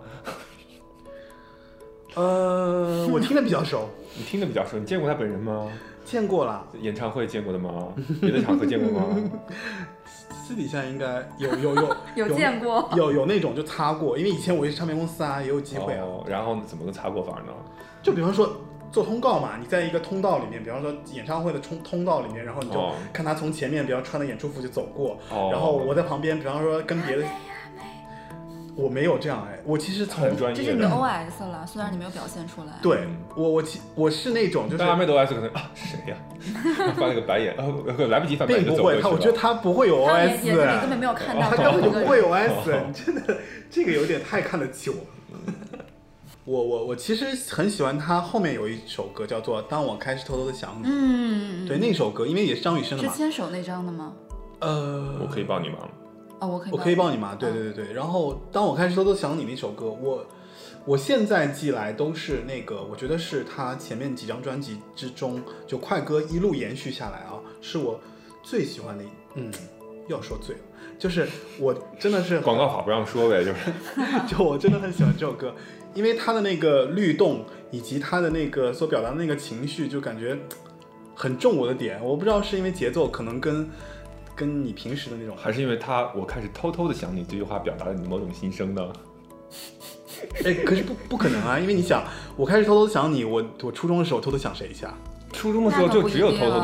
我听得比较熟。 你听得比较熟，你见过他本人吗？ 见过了。 演唱会见过的吗？别的场合见过吗？ 私底下应该有见过， 有那种就擦过，因为以前我也是唱片公司啊，也有机会啊。 然后怎么个擦过法呢？ 就比方说做通告嘛，你在一个通道里面，比方说演唱会的通道里面，然后你就看他从前面，比方穿的演出服就走过，然后我在旁边，比方说跟别的。我没有这样我其实很专业的， 这是你的 OS 了，虽然你没有表现出来。 对，我是那种就是大家妹的 OS 可能是谁呀？翻了个白眼，来不及翻白眼就走过去了。 我觉得他不会有 OS， 眼睛里根本没有看到， 他根本就不会有 OS， 你真的这个有点太看得起我。我其实很喜欢他后面有一首歌叫做《当我开始偷偷的想你》，对那首歌，因为也是张雨生的嘛。 是牵手那张的吗？ 我可以帮你忙。 我可以帮你吗？对。然后当我开始偷偷想你那首歌，我现在记来都是那个，我觉得是他前面几张专辑之中，就快歌一路延续下来啊，是我最喜欢的。要说醉了，就是我真的是广告法不让说呗， 就我真的很喜欢这首歌，因为他的那个律动以及他的那个所表达的那个情绪，就感觉很中我的点。我不知道是因为节奏可能跟你平时的那种， 还是因为我开始偷偷的想你这句话表达了你的某种心声呢？ 可是不可能啊，因为你想，我开始偷偷的想你，我初中的时候偷偷想谁一下？ 初中的时候就只有偷偷的想啊，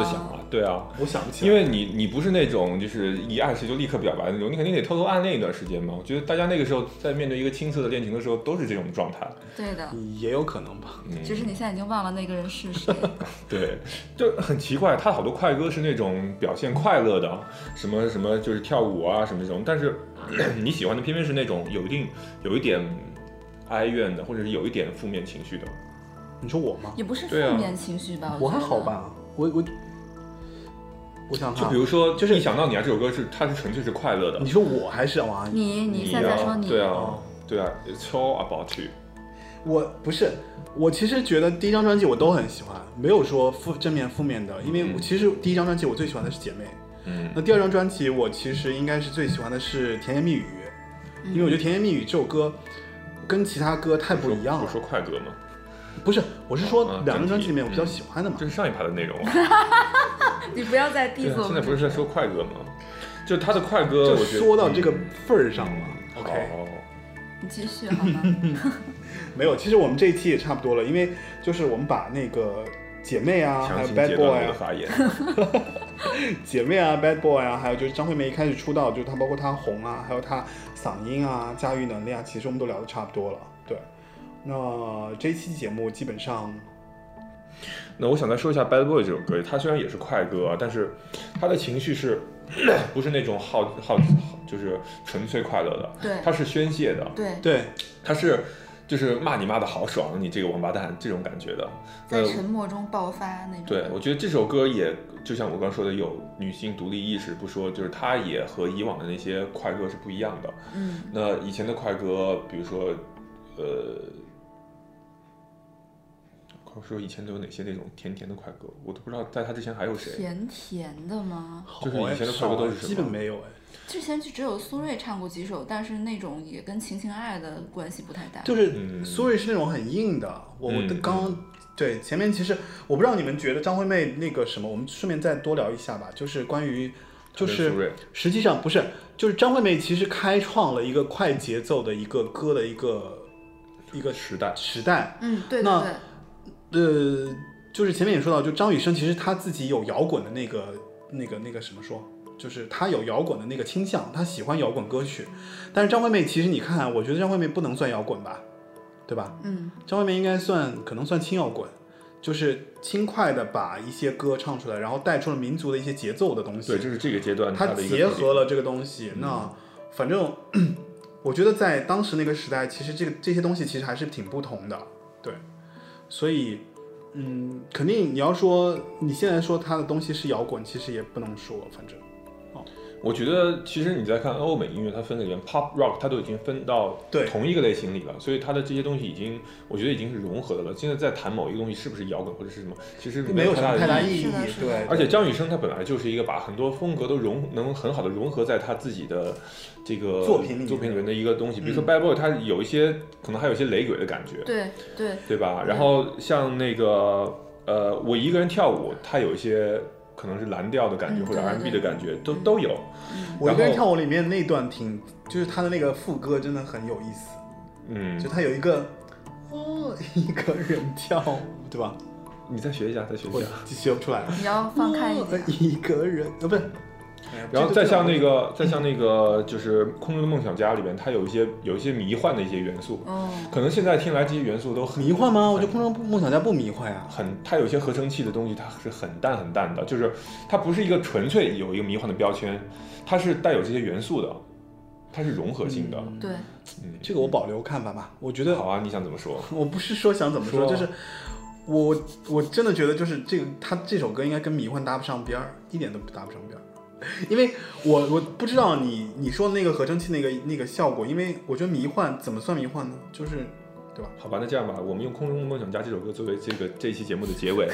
对啊， 我想不起来， 因为你不是那种就是一暗示就立刻表白的那种，你肯定得偷偷暗恋一段时间嘛。我觉得大家那个时候在面对一个青涩的恋情的时候，都是这种状态。 对的， 也有可能吧。 只是你现在已经忘了那个人是谁。 对，就很奇怪，他好多快歌是那种表现快乐的，什么什么就是跳舞啊什么这种，但是你喜欢的偏偏是那种有一点哀怨的，或者是有一点负面情绪的。 你说我吗？ 也不是负对啊面情绪吧？ 我觉得还好吧，我想就比如说，就是一想到你啊这首歌它是纯粹是快乐的。 你说我还是哇？ 你现在说你对啊，对啊 ，It's all about you。 我不是，我其实觉得第一张专辑我都很喜欢，没有说正面负面的，因为其实第一张专辑我最喜欢的是姐妹，那第二张专辑我其实应该是最喜欢的是甜言蜜语，因为我觉得甜言蜜语这首歌跟其他歌太不一样了。 不说快歌吗？ 不是，我是说两张专辑里面我比较喜欢的嘛。 这是上一趴的内容啊。 你不要再 diss 我们。 现在不是在说快歌吗？就他的快歌， 就我觉得说到这个份儿上了。OK， 你继续好吗？ 没有，其实我们这一期也差不多了，因为就是我们把那个姐妹啊，还有 Bad Boy 啊， 发言姐妹啊 ，Bad Boy 啊，还有就是张惠妹一开始出道，就是她包括她红啊，还有她嗓音啊、驾驭能力啊，其实我们都聊得差不多了。对，那这一期节目基本上， 那我想再说一下 Bad Boy 这首歌，它虽然也是快歌啊，但是它的情绪是不是那种就是纯粹快乐的？ 对， 它是宣泄的。 对， 它是就是骂你骂的好爽，你这个王八蛋这种感觉的， 在沉默中爆发那种。 对，我觉得这首歌也就像我刚说的，有女性独立意识不说，就是它也和以往的那些快歌是不一样的。那以前的快歌，比如说说以前都有哪些那种甜甜的快歌，我都不知道在他之前还有谁。 甜甜的吗？ 就是以前的快歌都是什么？ 基本没有哎。 之前就只有苏芮唱过几首，但是那种也跟情情爱爱的关系不太大。 就是苏芮是那种很硬的，我刚对前面其实我不知道你们觉得张惠妹那个什么，我们顺便再多聊一下吧，就是关于就是实际上不是，就是张惠妹其实开创了一个快节奏的一个歌的一个时代。 对。 就是前面也说到，就张雨生其实他自己有摇滚的那个什么说，就是他有摇滚的那个倾向，他喜欢摇滚歌曲。但是张惠妹其实你看，我觉得张惠妹不能算摇滚吧，对吧？张惠妹应该可能算轻摇滚，就是轻快的把一些歌唱出来，然后带出了民族的一些节奏的东西。 对，这是这个阶段它结合了这个东西。那反正我觉得在当时那个时代，其实这些东西其实还是挺不同的，对。所以，肯定你要说你现在说他的东西是摇滚，其实也不能说，反正。 我觉得其实你在看欧美音乐，它分里面 pop rock 它都已经分到同一个类型里了，所以它的这些东西我觉得已经是融合的了。现在在谈某一个东西是不是摇滚或者是什么，其实没有什么太大意义。 对。 而且张雨生他本来就是一个把很多风格都能很好的融合在他自己的这个作品里面的一个东西。比如说 Bad Boy， 他有一些可能还有一些雷鬼的感觉，对吧？然后像那个我一个人跳舞，他有一些可能是蓝调的感觉或者 R&B 的感觉，都有。 我一个人跳舞里面那段就是他的那个副歌真的很有意思。就他有一个一个人跳舞，对吧？ 你再学一下， 我学不出来。 你要放开一点。 一个人不是。 然后再像那个就是《空中的梦想家》里面，它有一些迷幻的一些元素。可能现在听来这些元素都很迷幻吗？我觉得《空中梦想家》不迷幻呀。 它有一些合成器的东西，它是很淡很淡的，就是它不是一个纯粹有一个迷幻的标签，它是带有这些元素的，它是融合性的。 对， 这个我保留看法吧。我觉得好啊，你想怎么说？ 我不是说想怎么说，就是我真的觉得就是他这首歌应该跟迷幻搭不上边儿，一点都不搭不上边儿。因为我不知道你说的那个合成器那个效果，因为我觉得迷幻怎么算迷幻呢？就是对吧？ 好吧，那这样吧，我们用《空中的梦想家》这首歌作为这一期节目的结尾。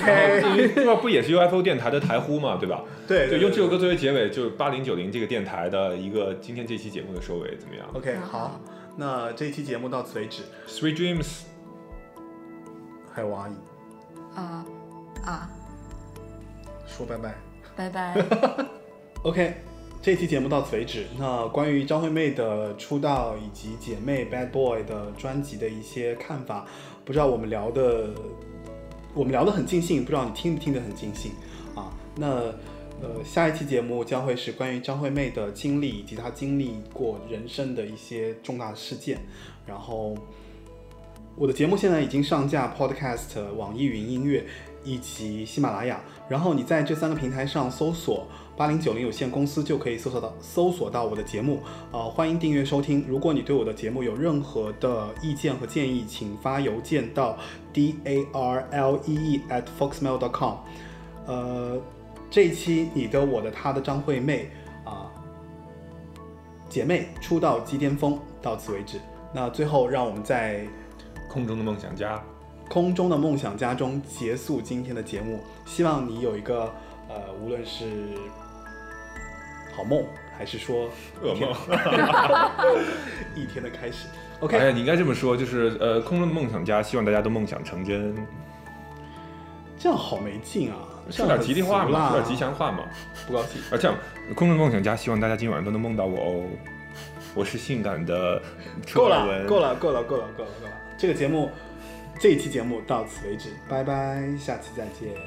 OK， 这不也是 UFO 电台的台呼嘛，对吧？ 对， 用这首歌作为结尾，就是8090这个电台的一个今天这期节目的收尾，怎么样 ？OK， 好，那这一期节目到此为止。 Sweet Dreams， 还有王阿姨。说拜拜。 拜拜。 OK， 这一期节目到此为止。那关于张惠妹的出道以及姐妹 Bad Boy 的专辑的一些看法，不知道我们聊得很尽兴，不知道你听不听得很尽兴啊？ 那下一期节目将会是关于张惠妹的经历以及她经历过人生的一些重大事件。然后我的节目现在已经上架 Podcast、网易云音乐以及喜马拉雅，然后你在这3个平台上搜索8090有限公司就可以搜索到我的节目。欢迎订阅收听。如果你对我的节目有任何的意见和建议，请发邮件到 darlee@foxmail.com。这一期你的我的他的张惠妹姐妹出道即巅峰到此为止。那最后让我们在空中的梦想家中结束今天的节目。希望你有一个无论是好梦还是说噩梦一天的开始。 OK， 哎呀，你应该这么说，就是空中的梦想家，希望大家都梦想成真。 这样好没劲啊， 说点吉利话嘛，说点吉祥话嘛， 不高兴。 这样，空中的梦想家，希望大家今晚都能梦到我哦。我是性感的车尔文。 够了。这一期节目到此为止，拜拜，下期再见。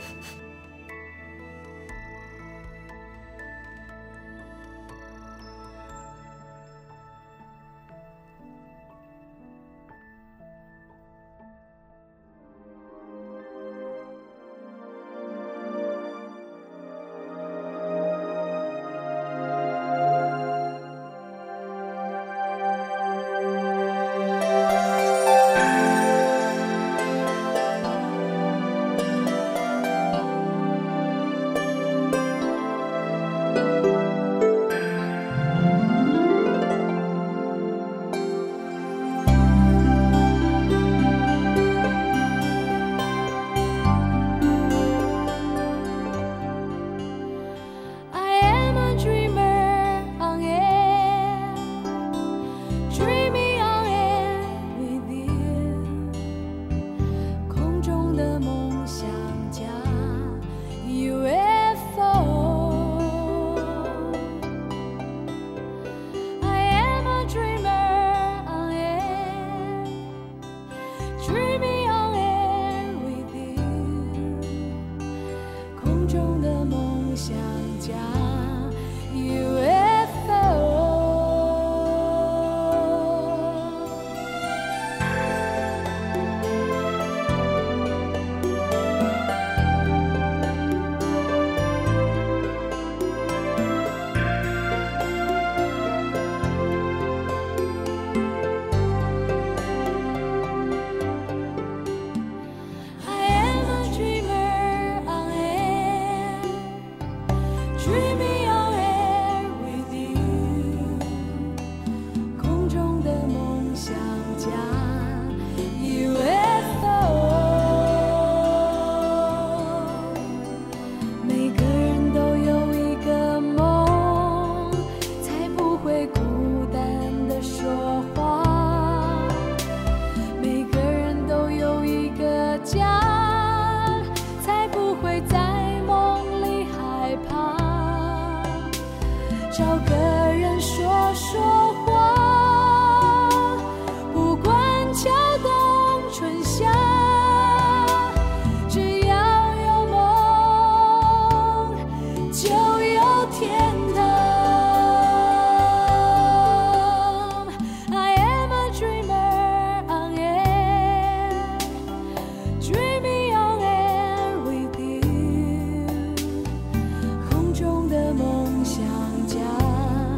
空中的梦想家。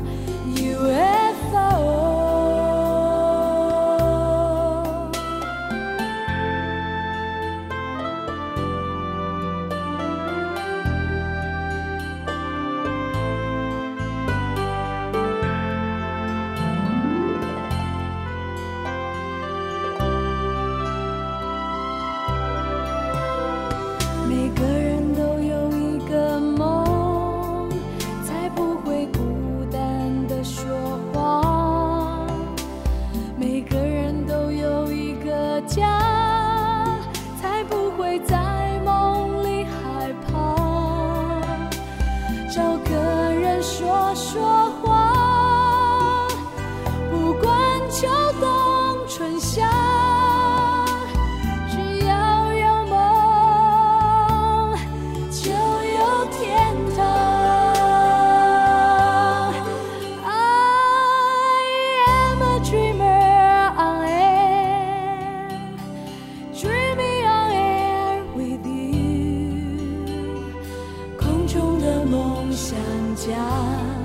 相加。